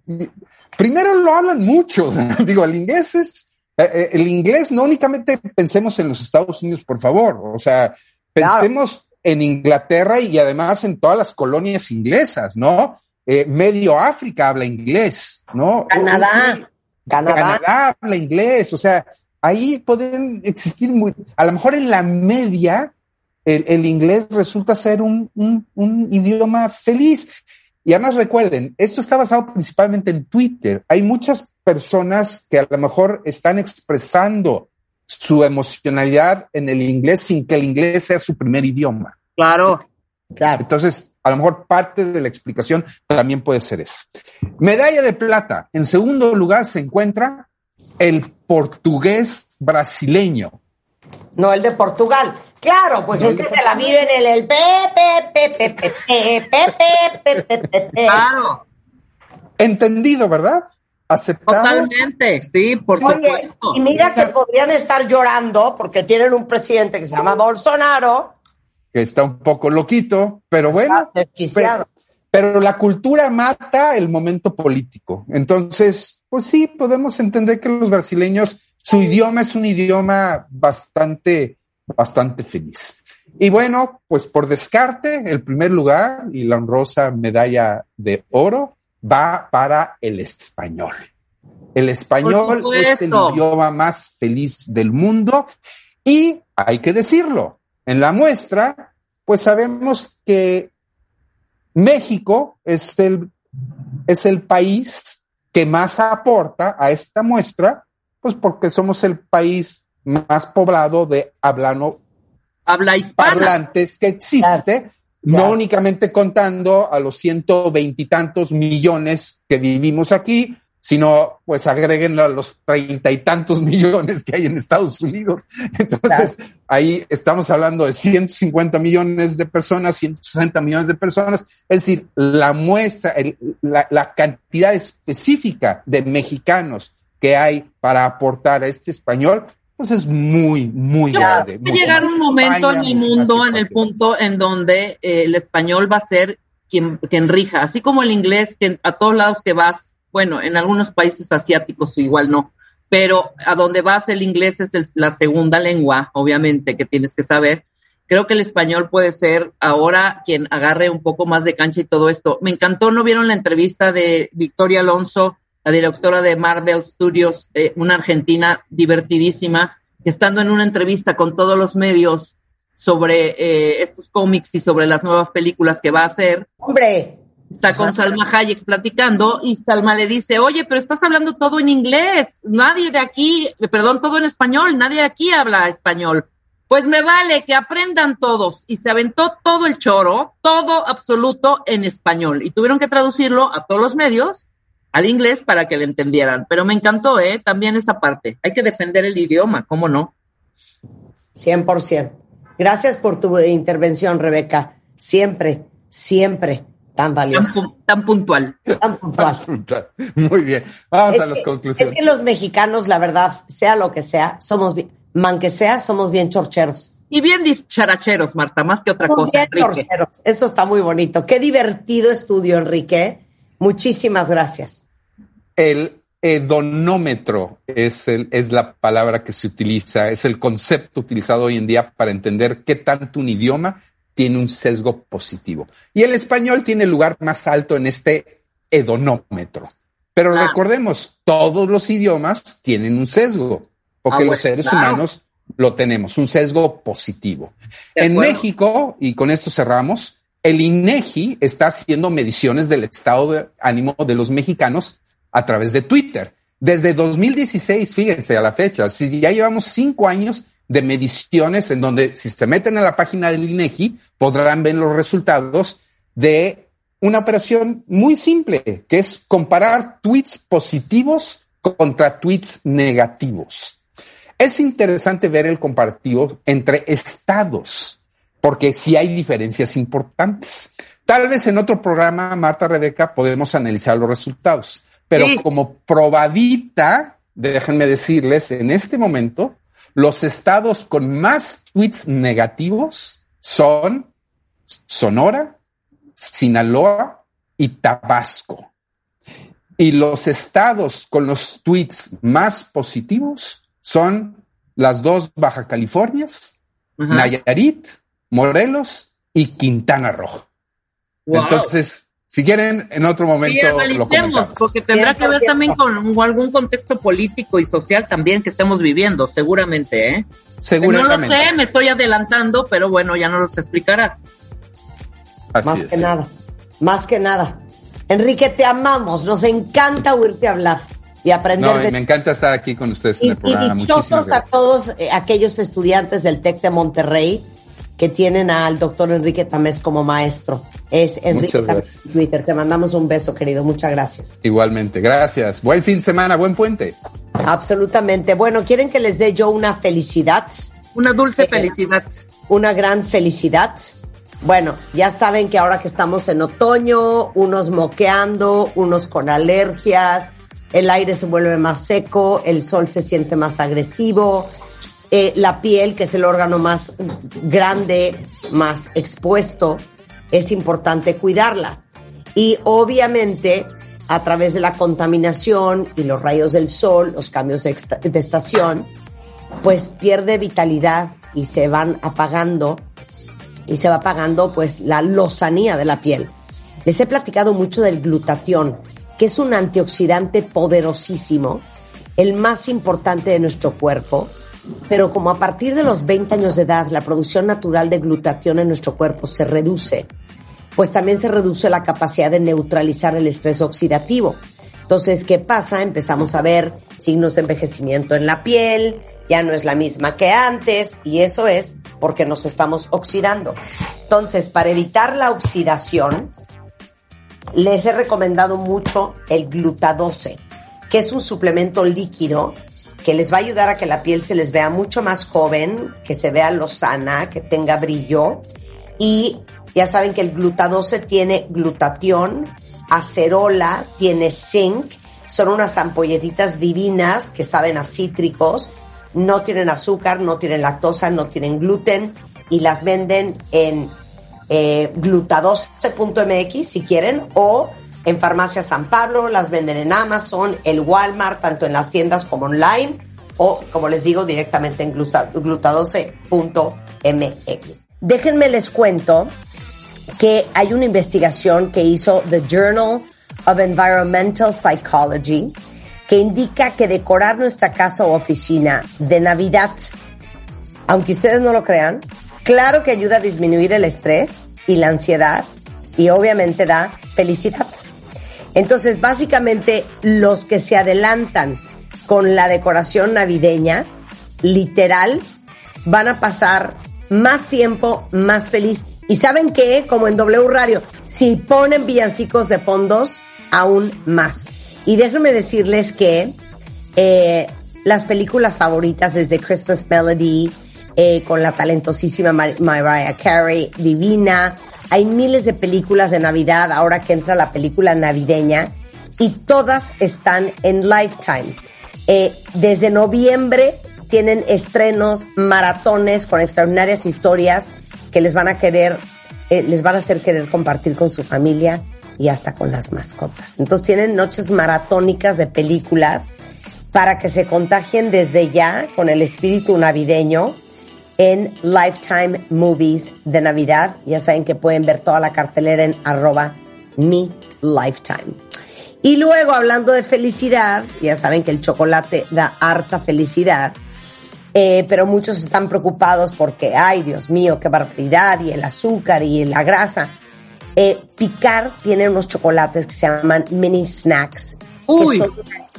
primero lo hablan mucho. Digo, el inglés es, eh, el inglés no únicamente pensemos en los Estados Unidos, por favor. O sea, pensemos claro. en Inglaterra y además en todas las colonias inglesas, ¿no? Eh, medio África habla inglés, ¿no? Canadá. Sí, Canadá. Canadá habla inglés. O sea, ahí pueden existir muy, a lo mejor en la media, el, el inglés resulta ser un, un, un idioma feliz. Y además recuerden, esto está basado principalmente en Twitter. Hay muchas personas que a lo mejor están expresando su emocionalidad en el inglés sin que el inglés sea su primer idioma. Claro, claro. Entonces, a lo mejor parte de la explicación también puede ser esa. Medalla de plata. En segundo lugar se encuentra el portugués brasileño. No, el de Portugal. Claro, pues no, este se la vive en el, el pe, pe, pe, pe, pe, pe, pe, pe, pe, pe, pe. Claro. Entendido, ¿verdad? Aceptado. Totalmente, sí, por Oye, supuesto. y mira que podrían estar llorando porque tienen un presidente que se llama Bolsonaro. Que está un poco loquito, pero bueno. Pero, pero la cultura mata el momento político. Entonces, pues sí, podemos entender que los brasileños, su idioma es un idioma bastante, bastante feliz. Y bueno, pues por descarte, el primer lugar y la honrosa medalla de oro va para el español. El español es el idioma más feliz del mundo y hay que decirlo, en la muestra, pues sabemos que México es el, es el país que más aporta a esta muestra, pues porque somos el país más poblado de hablano, habla hispana, parlantes que existe, claro. No claro. únicamente contando a los ciento veintitantos millones que vivimos aquí, sino pues agreguen a los treinta y tantos millones que hay en Estados Unidos. Entonces, claro. ahí estamos hablando de ciento cincuenta millones de personas, ciento sesenta millones de personas. Es decir, la muestra, el, la, la cantidad específica de mexicanos que hay para aportar a este español, pues es muy, muy Yo grande. Va a llegar un momento España, en el mundo, en el punto en donde eh, el español va a ser quien, quien rija, así como el inglés, que a todos lados que vas, bueno, en algunos países asiáticos igual no, pero a donde vas el inglés es el, la segunda lengua, obviamente, que tienes que saber. Creo que el español puede ser ahora quien agarre un poco más de cancha y todo esto. Me encantó, ¿no vieron la entrevista de Victoria Alonso, la directora de Marvel Studios, eh, una argentina divertidísima, que estando en una entrevista con todos los medios sobre eh, estos cómics y sobre las nuevas películas que va a hacer? ¡Hombre! Está con Salma Hayek platicando y Salma le dice, oye, pero estás hablando todo en inglés, nadie de aquí, perdón, todo en español, nadie de aquí habla español. Pues me vale que aprendan todos. Y se aventó todo el choro, todo absoluto en español. Y tuvieron que traducirlo a todos los medios al inglés para que le entendieran. Pero me encantó, ¿eh? También esa parte. Hay que defender el idioma, ¿cómo no? cien por ciento. Gracias por tu intervención, Rebeca. Siempre, siempre tan valioso. Tan, tan puntual. Tan puntual. Muy bien. Vamos es a las que, conclusiones. Es que los mexicanos, la verdad, sea lo que sea, somos bien, man que sea, somos bien chorcheros. Y bien dicharacheros, Marta, más que otra somos cosa, bien Enrique. Chorcheros. Eso está muy bonito. Qué divertido estudio, Enrique. Muchísimas gracias. El hedonómetro es, el, es la palabra que se utiliza, es el concepto utilizado hoy en día para entender qué tanto un idioma tiene un sesgo positivo. Y el español tiene el lugar más alto en este hedonómetro. Pero ah. recordemos, todos los idiomas tienen un sesgo, porque ah, bueno, los seres claro. humanos lo tenemos, un sesgo positivo. En México, y con esto cerramos, el INEGI está haciendo mediciones del estado de ánimo de los mexicanos a través de Twitter. Desde dos mil dieciséis, fíjense, a la fecha, si ya llevamos cinco años de mediciones en donde, si se meten a la página del INEGI, podrán ver los resultados de una operación muy simple, que es comparar tweets positivos contra tweets negativos. Es interesante ver el comparativo entre estados, porque sí hay diferencias importantes. Tal vez en otro programa, Marta, Rebeca, podemos analizar los resultados, pero sí, como probadita, déjenme decirles, en este momento, los estados con más tweets negativos son Sonora, Sinaloa y Tabasco. Y los estados con los tweets más positivos son las dos Baja Californias, uh-huh. Nayarit, Morelos y Quintana Roo. Wow. Entonces, si quieren, en otro momento sí, lo comentamos. Porque tendrá que ver también con algún contexto político y social también que estemos viviendo, seguramente, ¿eh? Seguramente. No lo sé, me estoy adelantando, pero bueno, ya nos los explicarás. Así más es. que nada, más que nada. Enrique, te amamos, nos encanta oírte hablar y aprender. No, de... me encanta estar aquí con ustedes y, en el programa. Y, y muchísimas gracias a todos eh, aquellos estudiantes del TEC de Monterrey que tienen al doctor Enrique Tamés como maestro. Es Enrique Tamés en Twitter. Te mandamos un beso, querido. Muchas gracias. Igualmente, gracias. Buen fin de semana, buen puente. Absolutamente. Bueno, ¿quieren que les dé yo una felicidad? Una dulce eh, felicidad. Una gran felicidad. Bueno, ya saben que ahora que estamos en otoño, unos moqueando, unos con alergias, el aire se vuelve más seco, el sol se siente más agresivo, eh, la piel, que es el órgano más grande, más expuesto, es importante cuidarla. Y obviamente, a través de la contaminación y los rayos del sol, los cambios de, de estación, pues pierde vitalidad y se van apagando y se va apagando pues la lozanía de la piel. Les he platicado mucho del glutatión, que es un antioxidante poderosísimo, el más importante de nuestro cuerpo, pero como a partir de los veinte años de edad la producción natural de glutatión en nuestro cuerpo se reduce, pues también se reduce la capacidad de neutralizar el estrés oxidativo. Entonces, ¿qué pasa? Empezamos a ver signos de envejecimiento en la piel, ya no es la misma que antes, y eso es porque nos estamos oxidando. Entonces, para evitar la oxidación, les he recomendado mucho el glutadose, que es un suplemento líquido que les va a ayudar a que la piel se les vea mucho más joven, que se vea lozana, que tenga brillo. Y ya saben que el glutadose tiene glutatión, acerola, tiene zinc, son unas ampolletitas divinas que saben a cítricos, no tienen azúcar, no tienen lactosa, no tienen gluten y las venden en eh, glutadose punto eme equis si quieren, o en Farmacia San Pablo, las venden en Amazon, el Walmart, tanto en las tiendas como online, o como les digo, directamente en glutadose punto eme equis. Déjenme les cuento que hay una investigación que hizo The Journal of Environmental Psychology que indica que decorar nuestra casa o oficina de Navidad, aunque ustedes no lo crean, claro que ayuda a disminuir el estrés y la ansiedad y obviamente da felicidad. Entonces, básicamente, los que se adelantan con la decoración navideña, literal, van a pasar más tiempo más feliz. Y ¿saben qué? Como en W Radio, si ponen villancicos de fondos, aún más. Y déjenme decirles que eh, las películas favoritas desde Christmas Melody, eh, con la talentosísima Mar- Mariah Carey, divina. Hay miles de películas de Navidad ahora que entra la película navideña y todas están en Lifetime. Eh, desde noviembre tienen estrenos, maratones con extraordinarias historias que les van a querer, eh, les van a hacer querer compartir con su familia y hasta con las mascotas. Entonces tienen noches maratónicas de películas para que se contagien desde ya con el espíritu navideño en Lifetime Movies de Navidad. Ya saben que pueden ver toda la cartelera en arroba mi Lifetime. Y luego, hablando de felicidad, ya saben que el chocolate da harta felicidad, eh, pero muchos están preocupados porque, ay, Dios mío, qué barbaridad, y el azúcar y la grasa. Eh, Picard tiene unos chocolates que se llaman mini snacks, Uy. que son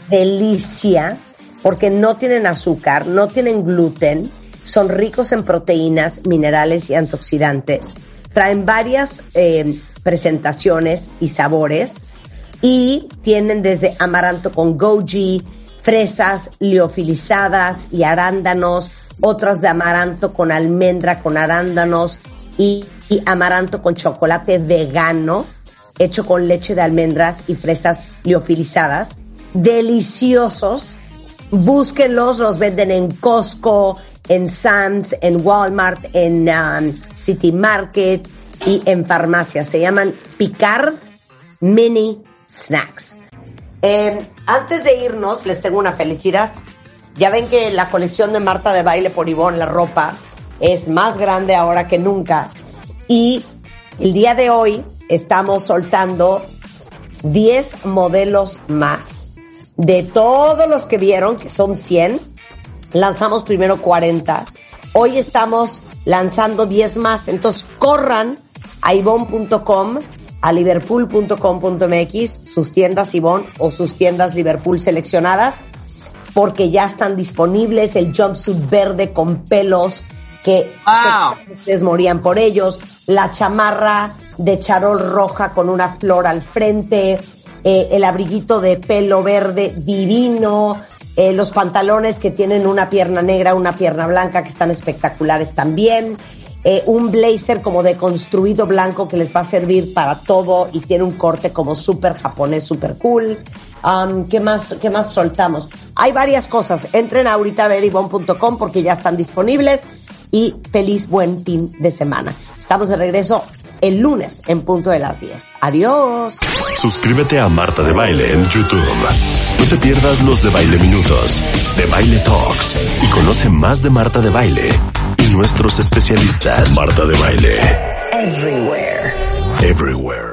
delicia porque no tienen azúcar, no tienen gluten, son ricos en proteínas, minerales y antioxidantes. Traen varias eh, presentaciones y sabores y tienen desde amaranto con goji, fresas liofilizadas y arándanos, otras de amaranto con almendra, con arándanos y, y amaranto con chocolate vegano hecho con leche de almendras y fresas liofilizadas. Deliciosos. Búsquenlos, los venden en Costco, en Sam's, en Walmart, en um, City Market y en farmacias. Se llaman Picard Mini Snacks. Eh, antes de irnos, les tengo una felicidad. Ya ven que la colección de Marta de Baile por Ivonne, la ropa, es más grande ahora que nunca. Y el día de hoy estamos soltando diez modelos más. De todos los que vieron, que son cien, lanzamos primero cuarenta. Hoy estamos lanzando diez más. Entonces, corran a ivonne punto com, a liverpool punto com punto m x, sus tiendas Ivonne o sus tiendas Liverpool seleccionadas, porque ya están disponibles. El jumpsuit verde con pelos, que wow. ustedes morían por ellos. La chamarra de charol roja con una flor al frente. Eh, el abriguito de pelo verde divino, eh, los pantalones que tienen una pierna negra, una pierna blanca, que están espectaculares también, eh, un blazer como deconstruido blanco que les va a servir para todo y tiene un corte como súper japonés, súper cool. Um, ¿qué más, qué más soltamos? Hay varias cosas. Entren ahorita a ver ivonne punto com porque ya están disponibles y feliz buen fin de semana. Estamos de regreso el lunes en punto de las diez. Adiós. Suscríbete a Marta de Baile en YouTube. No te pierdas los de Baile Minutos, de Baile Talks y conoce más de Marta de Baile y nuestros especialistas. Marta de Baile. Everywhere. Everywhere.